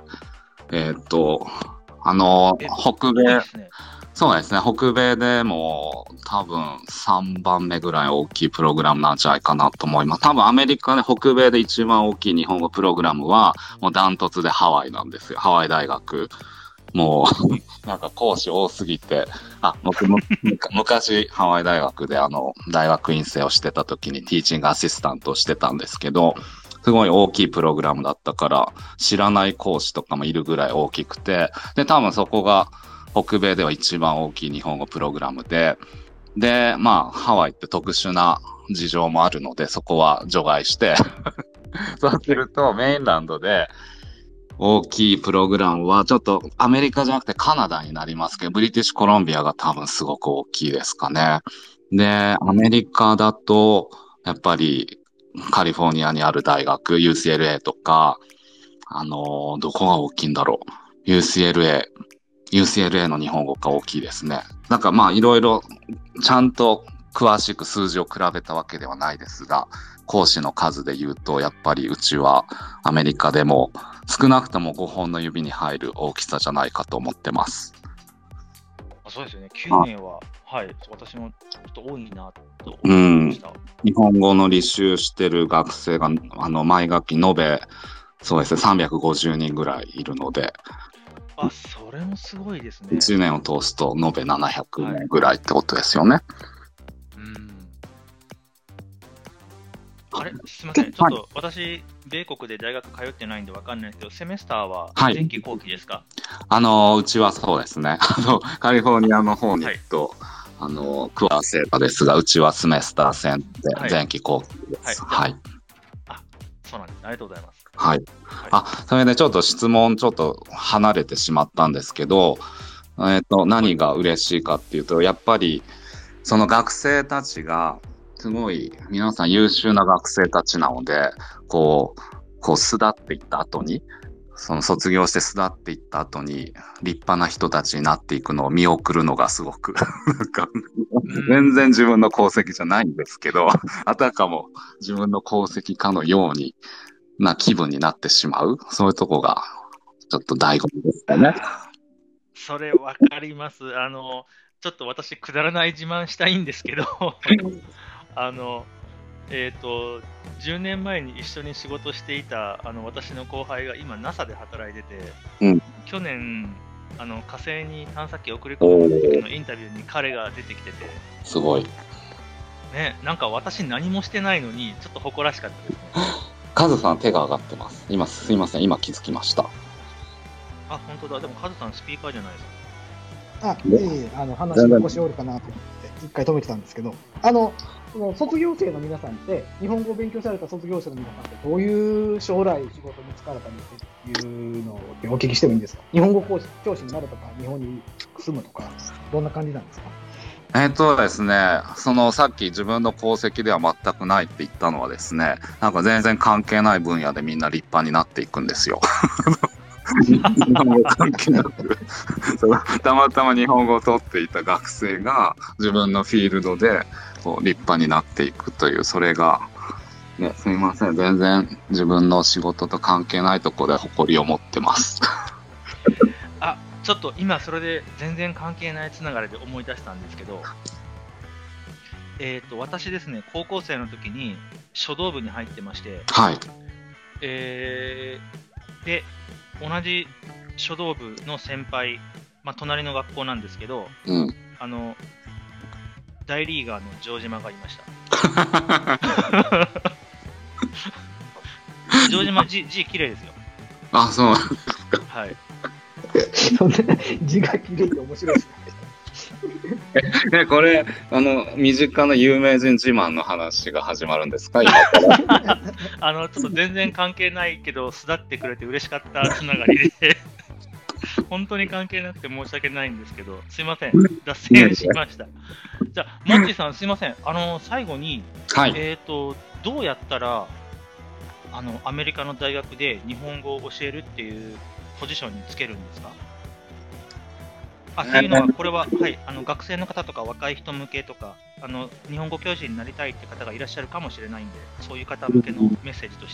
北米、そうですね。北米でも多分3番目ぐらい大きいプログラムなんじゃないかなと思います。多分アメリカで北米で一番大きい日本語プログラムはもうダントツでハワイなんですよ。ハワイ大学。もう、なんか講師多すぎて、僕も昔ハワイ大学で大学院生をしてた時にティーチングアシスタントをしてたんですけど、すごい大きいプログラムだったから、知らない講師とかもいるぐらい大きくて、で、多分そこが北米では一番大きい日本語プログラムで、で、ハワイって特殊な事情もあるので、そこは除外して、そうするとメインランドで、大きいプログラムはちょっとアメリカじゃなくてカナダになりますけど、ブリティッシュコロンビアが多分すごく大きいですかね。で、アメリカだと、やっぱりカリフォルニアにある大学、UCLA とか、 どこが大きいんだろう。UCLA の日本語が大きいですね。なんかまあいろいろちゃんと詳しく数字を比べたわけではないですが、講師の数で言うとやっぱりうちはアメリカでも少なくとも5本の指に入る大きさじゃないかと思ってます。 そうですよね。9年は、はい、私もちょっと多いなと思いました。 日本語の履修してる学生が毎学期延べそうですね350人ぐらいいるので。 それもすごいですね。 1年を通すと延べ700名ぐらいってことですよね。 あれ、すみません。ちょっと私、米国で大学通ってないんで分かんないですけど、セメスターは前期後期ですか？ うちはそうですね。カリフォルニアの方に行くと、クワーセータですが、うちはセメスター制で前期後期です。はい。 そうなんです。ありがとうございます。 はい。それでちょっと質問ちょっと離れてしまったんですけど、何が嬉しいかっていうと、やっぱりその学生たちがすごい皆さん優秀な学生たちなので、こう巣立っていった後に、その卒業して巣立っていった後に立派な人たちになっていくのを見送るのがすごく全然自分の功績じゃないんですけど、あたかも自分の功績かのようにな気分になってしまう、そういうとこがちょっと醍醐味ですかね。 それわかります。ちょっと私くだらない自慢したいんですけど10年前に一緒に仕事していた私の後輩が今 NASA で働いてて、去年火星に探査機を送り込む時のインタビューに彼が出てきてて、 すごいね、なんか私何もしてないのにちょっと誇らしかったですね。 カズさん手が上がってます。今すいません、今気づきました。 本当だ。でもカズさんスピーカーじゃないですか。話に腰折るかなと思って一回止めてたんですけど、卒業生の皆さんって日本語を勉強された卒業生の皆さんってどういう将来仕事に就かれたりっていうのをお聞きしてもいいですか？日本語教師になるとか日本に住むとかどんな感じなんですか？ ですね、さっき自分の功績では全くないって言ったのはですね、なんか全然関係ない分野でみんな立派になっていくんですよ。関係なくたまたま日本語を取っていた学生が自分のフィールドで立派になっていくという、それが、ね、すみません、全然自分の仕事と関係ないところで誇りを持ってます。 ちょっと今それで全然関係ないつながりで思い出したんですけど、私ですね、高校生の時に書道部に入ってまして、 はい。 で同じ書道部の先輩、隣の学校なんですけど、大リーガーの城島がいました。城島字綺麗ですよ。 そうなんですか。 はい。 そんな字が綺麗で面白いですね。これ身近な有名人自慢の話が始まるんですか？今からちょっと全然関係ないけど巣立ってくれて嬉しかったつながりで本当に関係なくて申し訳ないんですけど、すいません、脱線しました。じゃあモッチーさんすいません、最後に、 はい、 どうやったらアメリカの大学で日本語を教えるっていうポジションにつけるんですか？っていうのは、これは、はい、学生の方とか若い人向けとか、日本語教師になりたいって方がいらっしゃるかもしれないんで、そういう方向けのメッセージとして。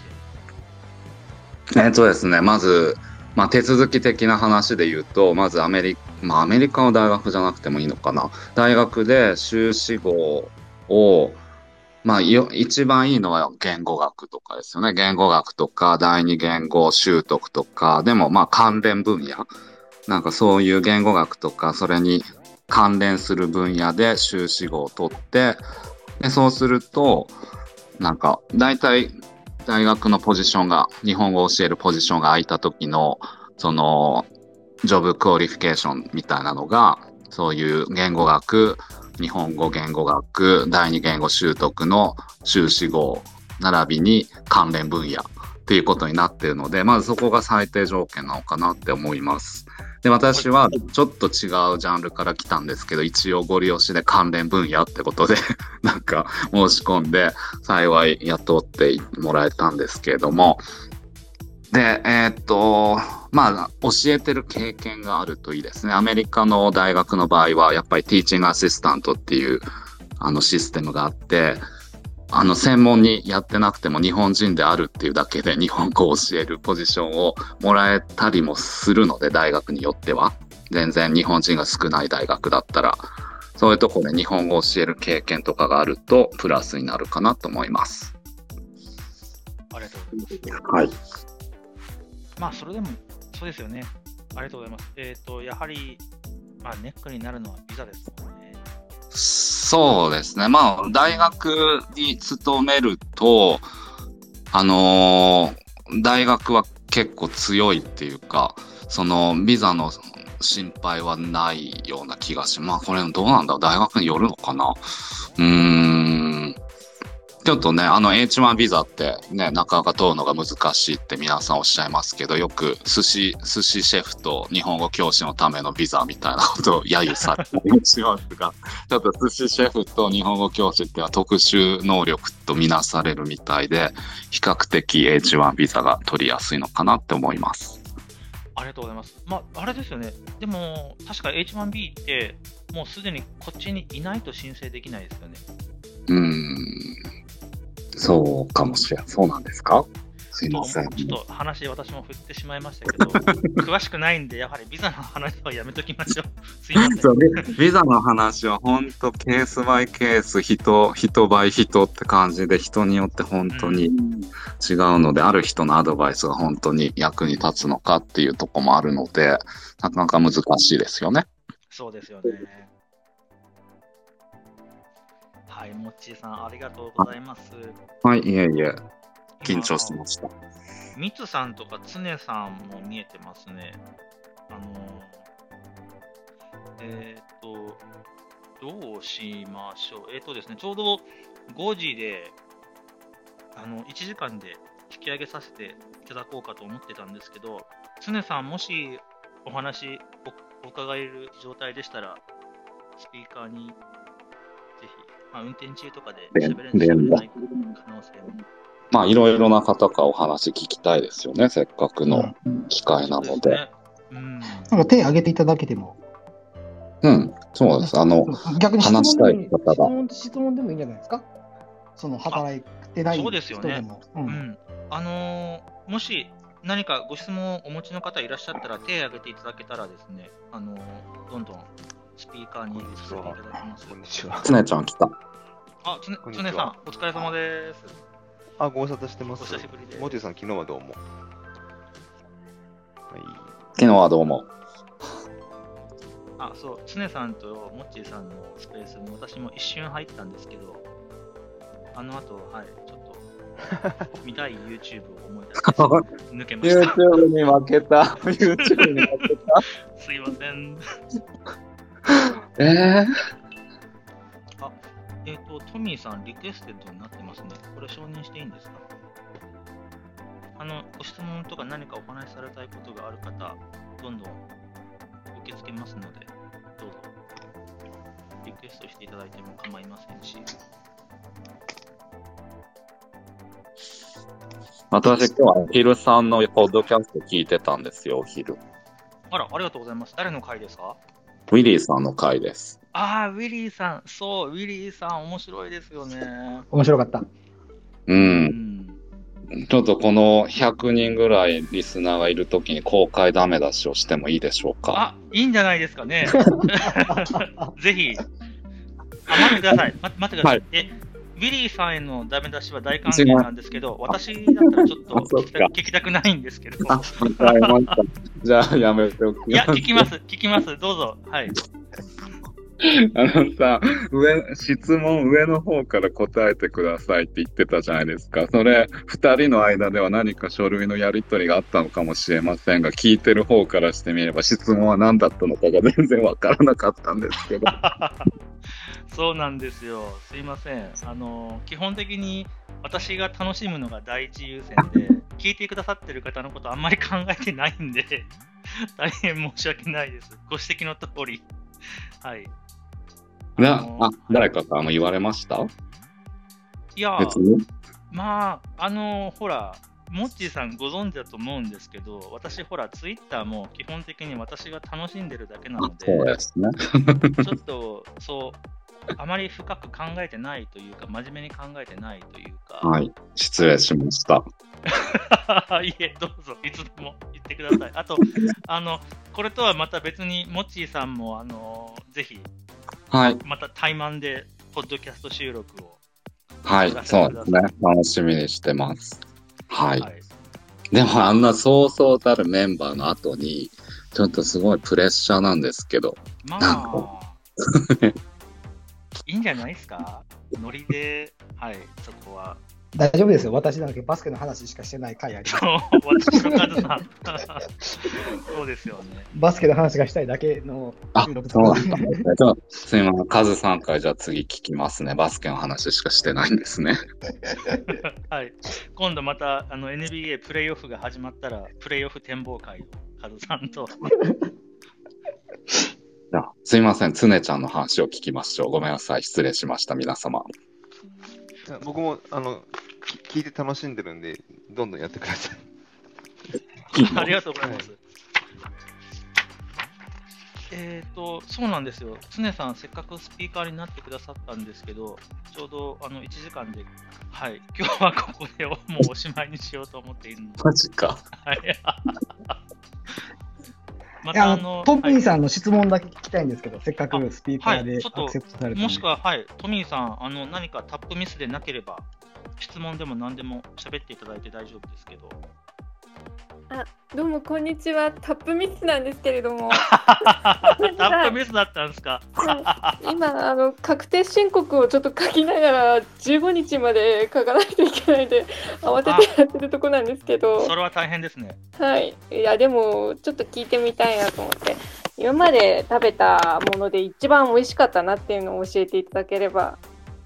ですね、まず、手続き的な話で言うと、まずアメリカの大学じゃなくてもいいのかな。大学で修士号を、一番いいのは言語学とかですよね。言語学とか第二言語習得とか、でも関連分野。なんかそういう言語学とか、それに関連する分野で修士号を取って、でそうすると、なんか大体大学のポジションが、日本語を教えるポジションが空いた時の、ジョブクオリフィケーションみたいなのが、そういう言語学、日本語言語学、第二言語習得の修士号、並びに関連分野っていうことになっているので、まずそこが最低条件なのかなって思います。で、私はちょっと違うジャンルから来たんですけど、一応ご利用しで関連分野ってことでなんか申し込んで幸い雇ってもらえたんですけれども、 で、まあ、教えてる経験があるといいですね。アメリカの大学の場合は、やっぱりティーチングアシスタントっていう、システムがあって、専門にやってなくても日本人であるっていうだけで日本語を教えるポジションをもらえたりもするので、大学によっては。全然日本人が少ない大学だったら、そういうところで日本語を教える経験とかがあると、プラスになるかなと思います。 ありがとうございます。 はい。 まあ、それでも、そうですよね。ありがとうございます。やはり、まあ、ネックになるのはビザですもんね。 そうですね。まあ、大学に勤めると、大学は結構強いっていうか、その、ビザの心配はないような気がします。まあ、これどうなんだ、大学によるのかな。ちょっとね、H1 ビザってね、なかなか取るのが難しいって皆さんおっしゃいますけど、よく寿司シェフと日本語教師のためのビザみたいなことを揶揄されたりしますが、ちょっと寿司シェフと日本語教師っては特殊能力とみなされるみたいで、比較的 H1 ビザが取りやすいのかなって思います。 ありがとうございます。まあ、あれですよね。でも、確か H1B って、もうすでにこっちにいないと申請できないですよね。 そうかもしれない。そうなんですか？すいません。 ちょっと話、私も振ってしまいましたけど、詳しくないんで、やはりビザの話はやめときましょう。すいません。 ビザの話は本当ケースバイケース、人バイ人って感じで、人によって本当に違うので、ある人のアドバイスが本当に役に立つのかっていうところもあるので、なかなか難しいですよね。 そうですよね。はい、もっちーさん、ありがとうございます。 はい、いえいえ。緊張してました。 みつさんとかつねさんも見えてますね。どうしましょう。ですね、ちょうど5時で、1時間で引き上げさせていただこうかと思ってたんですけど、つねさん、もしお話お伺える状態でしたら、スピーカーにぜひ、まあ、運転中とかで喋れない可能性も。 まあ、いろいろな方からお話聞きたいですよね、せっかくの機会なので。 なんか手挙げていただけても。 そうです。 逆に話したい方が。 質問でもいいんじゃないですか？その働いてない人でも。 そうですよね。もし何かご質問をお持ちの方いらっしゃったら、手を挙げていただけたらですね、どんどんスピーカーにさせていただきます。 こんにちは。 つねちゃん来た。 つねさん、お疲れ様です。 ご無沙汰してます。 お久しぶりです。 モティさん、昨日はどうも。 昨日はどうも。 そう、つねさんともっちーさんのスペースに私も一瞬入ったんですけど、あの後、ちょっと見たい YouTube を思い出して抜けました。 YouTube に負けた。YouTube に負けた。 すいません。トミーさん、リクエステッドになってますね。これ承認していいんですか？ご質問とか何かお話しされたいことがある方、どんどん受け付けますので、どうぞリクエストしていただいても構いませんし。 私、今日はヒルさんのポッドキャスト聞いてたんですよ、お昼。 ありがとうございます。誰の回ですか？ ウィリーさんの回です。 ウィリーさん。そう、ウィリーさん、面白いですよね。 面白かった。 ちょっとこの100人ぐらいリスナーがいるときに公開ダメ出しをしてもいいでしょうか？ いいんじゃないですかね。ぜひ。待ってください。待ってください。ウィリーさんへのダメ出しは大歓迎なんですけど、私だったらちょっと聞きたくないんですけど。 わかりました。じゃあやめておきます。 いや、聞きます。どうぞ。はい。 質問上の方から答えてくださいって言ってたじゃないですか。それ、二人の間では何か書類のやり取りがあったのかもしれませんが、聞いてる方からしてみれば質問は何だったのかが全然わからなかったんですけど。 そうなんですよ。すいません。基本的に私が楽しむのが第一優先で、聞いてくださってる方のことあんまり考えてないんで、大変申し訳ないです。ご指摘の通り。はい。 誰かから言われました？ いや、 別にほら、 モッチーさんご存知だと思うんですけど、私ほら、ツイッターも基本的に私が楽しんでるだけなので、 そうですね。 ちょっとあまり深く考えてないというか、真面目に考えてないというか、 はい。失礼しました。 いえ、どうぞ、いつでも言ってください。あと、これとはまた別に、モッチーさんも、ぜひ、 はい。 また対マンで、ポッドキャスト収録を。 はい、そうですね。楽しみにしてます。はい。でも、あんなそうそうたるメンバーの後に、ちょっとすごいプレッシャーなんですけど。 まあ、いいんじゃないですか？ノリで、はい、そこは。 大丈夫ですよ。私だけバスケの話しかしてない回あります。 私のカズさん。そうですよね。 バスケの話がしたいだけの収録。そうなんだ。じゃあ、すいません。カズさんからじゃあ次聞きますね。バスケの話しかしてないんですね。 はい。今度またNBA プレイオフが始まったら、プレイオフ展望会をカズさんと。 じゃあすいません。つねちゃんの話を聞きましょう。ごめんなさい。失礼しました、皆様。 僕も聞いて楽しんでるんで、どんどんやってください。 ありがとうございます。そうなんですよ。常さん、せっかくスピーカーになってくださったんですけど、ちょうど1時間で、はい、今日はここでもうおしまいにしようと思っているので。 マジか。 はい。 またトミーさんの質問だけ聞きたいんですけど、せっかくスピーカーでアクセプトされて、 もしくは、はい、トミーさん、何かタップミスでなければ、質問でも何でも喋っていただいて大丈夫ですけど。 どうもこんにちは。タップミスなんですけれども。 タップミスだったんですか。 今確定申告をちょっと書きながら15日まで書かないといけないで慌ててやってるとこなんですけど。 それは大変ですね。 はい。いやでもちょっと聞いてみたいなと思って。今まで食べたもので一番美味しかったなっていうのを教えていただければ。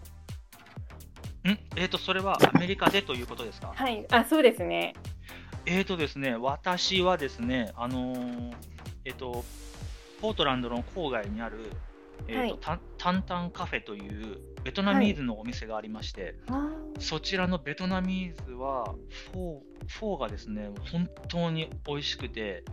それはアメリカでということですか。 はい。そうですね。 ですね、私はですね、ポートランドの郊外にある、タンタンカフェというベトナミーズのお店がありまして、そちらのベトナミーズはフォーがですね、本当に美味しくて、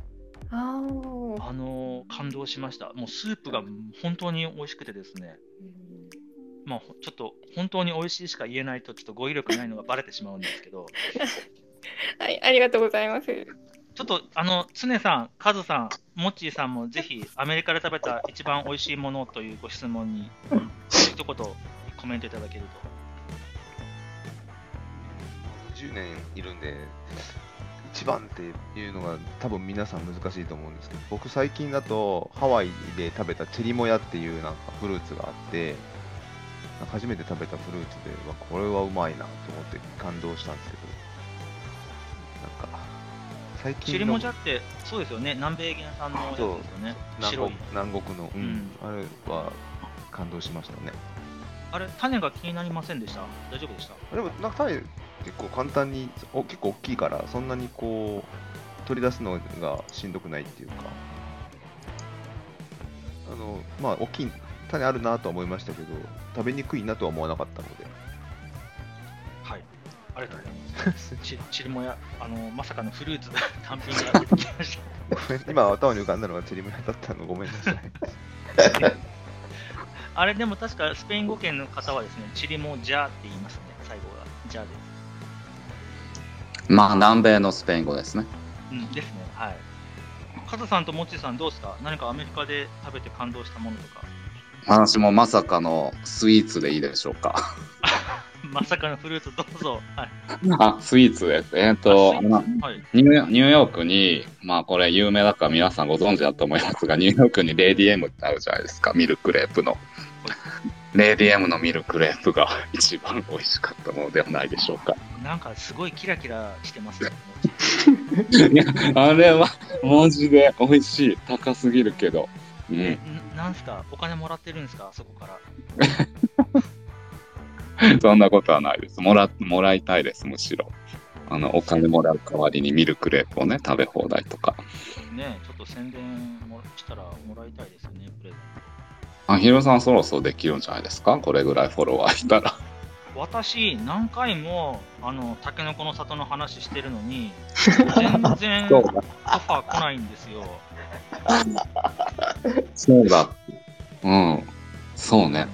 感動しました。もうスープが本当に美味しくてですね、まあ、ちょっと本当に美味しいしか言えないとちょっと語彙力ないのがバレてしまうんですけど。 はい、ありがとうございます。 ちょっと常さん、カズさん、モッチーさんもぜひアメリカで食べた一番美味しいものというご質問に一言コメントいただけると。10年いるんで、一番っていうのが多分皆さん難しいと思うんですけど、僕最近だとハワイで食べたチェリモヤっていうなんかフルーツがあって、初めて食べたフルーツで、これはうまいなと思って感動したんですけど、なんか最近のチェリモジャってそうですよね、南米原産のやつですよね。白い南国の、あれは感動しましたね。 あれ、種が気になりませんでした？大丈夫でした？ でもなんか種結構簡単に結構大きいから、そんなにこう取り出すのがしんどくないっていうか、まあ大きい種あるなとは思いましたけど、食べにくいなとは思わなかったので。 はい、ありがとうございます。チェリモヤ、まさかのフルーツ単品が出てきました。 今頭に浮かんだのがチェリモヤだったの、ごめんなさい。 あれ、でも確かスペイン語圏の方はですね、チリモジャーって言いますね、最後が。ジャーです。 まあ、南米のスペイン語ですね。 ですね、はい。カズさんとモッチーさんどうですか？何かアメリカで食べて感動したものとか。 私もまさかのスイーツでいいでしょうか。 まさかのフルーツどうぞ。はい、 スイーツです。ニューヨークに、まあこれ有名だから皆さんご存知だと思いますが、ニューヨークにレイディ M ってあるじゃないですか、ミルクレープの。レイディ M のミルクレープが一番美味しかったものではないでしょうか。 なんかすごいキラキラしてますね。 いや、あれはマジで美味しい。高すぎるけど。 なんすか、お金もらってるんですか、そこから。 そんなことはないです。もらいたいです、むしろ。お金もらう代わりにミルクレープをね、食べ放題とか。 ね、ちょっと宣伝もしたらもらいたいですよね、プレゼント。 ヒロさんそろそろできるんじゃないですか、これぐらいフォロワーいたら。 私、何回もタケノコの里の話してるのに、全然オファー来ないんですよ。 そうだ。うん。そうね。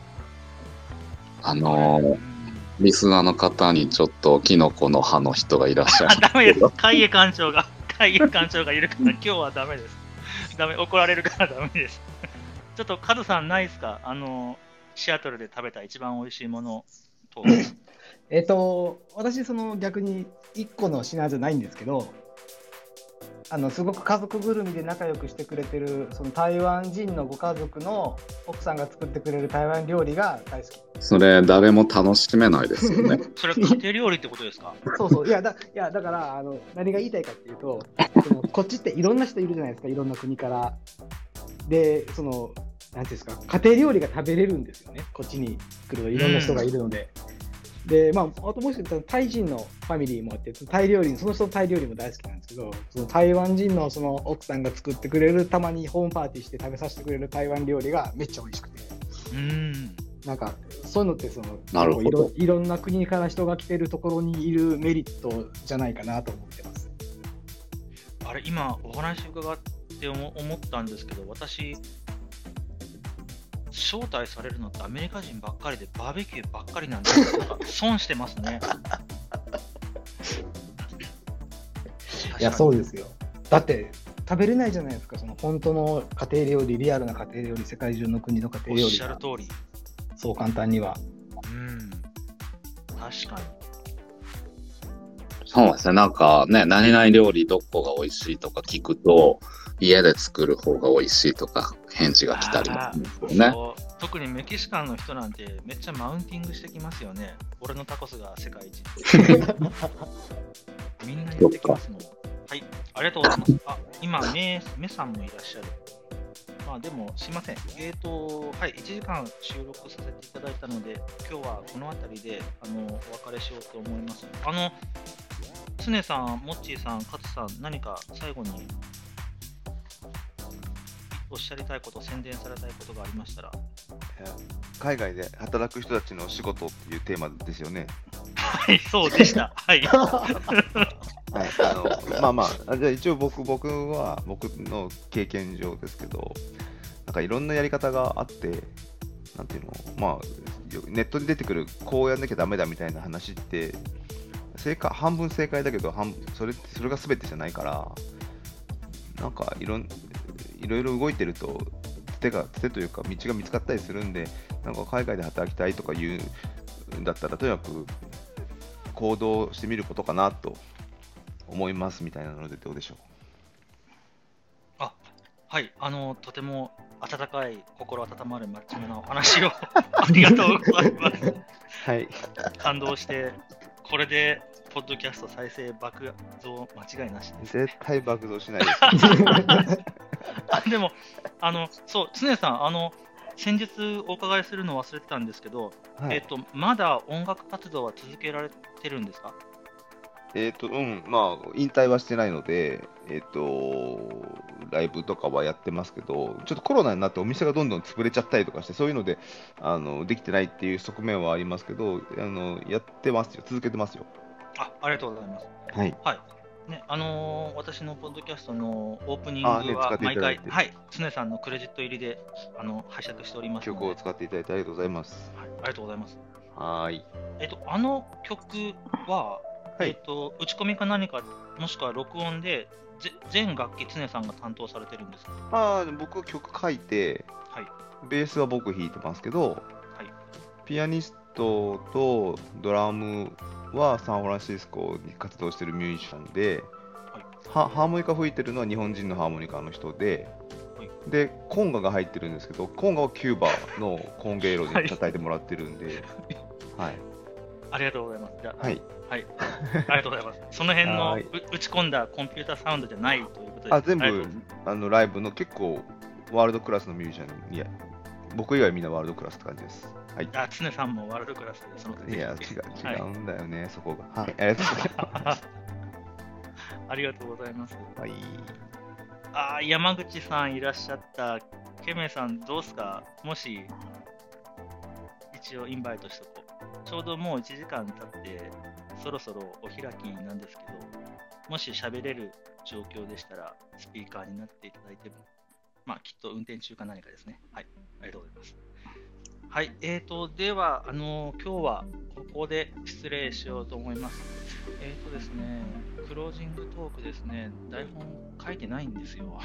リスナーの方にちょっとキノコの葉の人がいらっしゃる。 ダメです。海江館長がいるから今日はダメです。怒られるからダメです。ちょっとカズさんないですか？シアトルで食べた一番美味しいものと。 私逆に1個の品じゃないんですけど、すごく家族ぐるみで仲良くしてくれてる台湾人のご家族の奥さんが作ってくれる台湾料理が大好き。 それ誰も楽しめないですよね。 それ家庭料理ってことですか？ そういやだから何が言いたいかっていうと、こっちっていろんな人いるじゃないですか、いろんな国から。でなんていうんですか、家庭料理が食べれるんですよね、こっちに来るといろんな人がいるので。で、あともしかしたらタイ人のファミリーもあって、タイ料理、その人のタイ料理も大好きなんですけど、台湾人の奥さんが作ってくれる、たまにホームパーティーして食べさせてくれる台湾料理がめっちゃ美味しくて。なんかそういうのっていろんな国から人が来てるところにいるメリットじゃないかなと思ってます。 あれ、今お話伺って思ったんですけど、私招待されるのってアメリカ人ばっかりでバーベキューばっかりなんで、なんか損してますね。 いや、そうですよ。だって食べれないじゃないですか、本当の家庭料理、リアルな家庭料理、世界中の国の家庭料理。 おっしゃる通り。 そう簡単には。 確かに。 そうですね。なんかね、何々料理どこが美味しいとか聞くと、家で作る方が美味しいとか返事が来たりもするね。 特にメキシカンの人なんてめっちゃマウンティングしてきますよね。俺のタコスが世界一。みんな言ってきますもん。はい、ありがとうございます。今、メさんもいらっしゃる。でも、すいません。はい、1時間収録させていただいたので、今日はこの辺りでお別れしようと思います。常さん、モッチーさん、カツさん、何か最後におっしゃりたいこと、宣伝されたいことがありましたら。 海外で働く人たちの仕事っていうテーマですよね。 はい、そうでした。はい。 はい、じゃあ一応僕の経験上ですけど、なんかいろんなやり方があって、なんていうの、ネットに出てくるこうやんなきゃダメだみたいな話って、半分正解だけどそれが全てじゃないから、なんかいろいろ動いてると手というか道が見つかったりするんで、なんか海外で働きたいとか言うんだったら、とにかく行動してみることかなと思いますみたいなのでどうでしょう。 はい、とても温かい心温まる真面目なお話をありがとうございます。 はい。 感動して、これでポッドキャスト再生爆増間違いなしです。 絶対爆増しないです。 でも、そう、常さん、先日お伺いするの忘れてたんですけど、 はい、 まだ音楽活動は続けられてるんですか？ 引退はしてないので、ライブとかはやってますけど、ちょっとコロナになってお店がどんどん潰れちゃったりとかして、そういうので、できてないっていう側面はありますけど、やってますよ、続けてますよ。 ありがとうございます。 はい。 はい。ね、私のポッドキャストのオープニングは毎回、はい、常さんのクレジット入りで拝借しておりますので。 曲を使っていただいてありがとうございます。 はい、ありがとうございます。 はい。 曲は、 はい、 打ち込みか何か、もしくは録音で、全楽器、常さんが担当されてるんですか？ 僕は曲書いて、 はい、 ベースは僕弾いてますけど、 はい、 ピアニストとドラムはサンフランシスコに活動してるミュージシャンで、はい、ハーモニカ吹いてるのは日本人のハーモニカの人で、はい、で、コンガが入ってるんですけど、コンガはキューバのコンゲイロに叩いてもらってるんで、はい。 ありがとうございます。じゃあ、 はい。 はい。ありがとうございます。その辺の打ち込んだコンピューターサウンドじゃないということです。 全部ライブの結構ワールドクラスのミュージシャンに、僕以外みんなワールドクラスって感じです。はい。 常さんもワールドクラスでその時。 いや、違うんだよね、はい、そこが。はい。ありがとうございます。 ありがとうございます。 はい。 山口さんいらっしゃった。ケメさんどうすか？もし一応インバイトしとこう。 ちょうどもう1時間経って、そろそろお開きなんですけど、もし喋れる状況でしたら、スピーカーになっていただいても、まあ、きっと運転中か何かですね。はい、ありがとうございます。はい、では、今日はここで失礼しようと思います。ですね、クロージングトークですね、台本書いてないんですよ。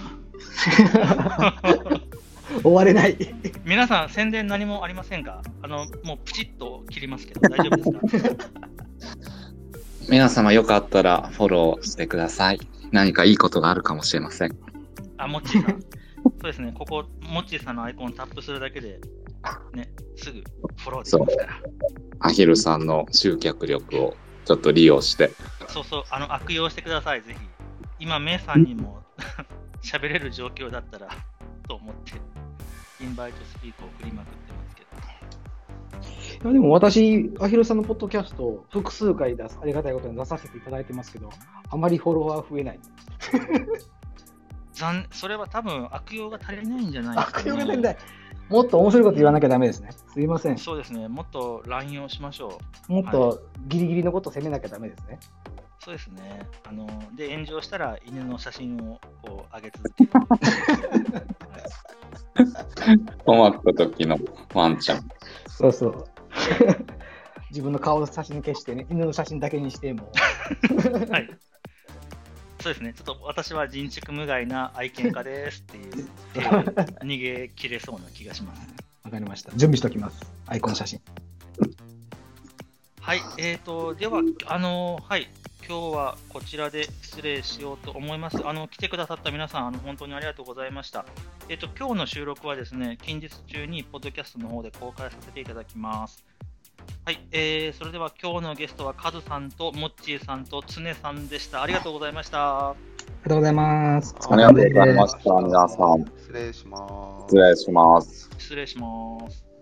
終われない。 皆さん、宣伝何もありませんか？もうプチッと切りますけど、大丈夫ですか？ 皆様よかったらフォローしてください。何かいいことがあるかもしれません。 モッチーさん。そうですね、ここ、モッチーさんのアイコンタップするだけで、ね、すぐフォローできますから。 アヒルさんの集客力をちょっと利用して。 そうそう、悪用してください、ぜひ。今、メイさんにも喋れる状況だったらと思って、インバイトスピークを送りまくってますけど。 いやでも私、アヒルさんのポッドキャスト、複数回ありがたいことに出させていただいてますけど、あまりフォロワー増えない。 それは多分悪用が足りないんじゃないですか、ね。 悪用が足りない。もっと面白いこと言わなきゃダメですね。すいません。 そうですね。もっと乱用しましょう。もっとギリギリのことを責めなきゃダメですね。 そうですね。で、炎上したら犬の写真をこう上げ続ける。 困った時のワンちゃん。 そうそう。自分の顔の写真消してね、犬の写真だけにしても。 はい。そうですね。ちょっと私は人畜無害な愛犬家ですっていう逃げ切れそうな気がします。 わかりました。準備しておきます。アイコン写真。 はい。では、はい。今日はこちらで失礼しようと思います。来てくださった皆さん、本当にありがとうございました。今日の収録はですね、近日中にポッドキャストの方で公開させていただきます。はい、それでは今日のゲストはカズさんとモッチーさんとツネさんでした。ありがとうございました。 ありがとうございます。 ありがとうございました。皆さん。 失礼します。 失礼します。 失礼します。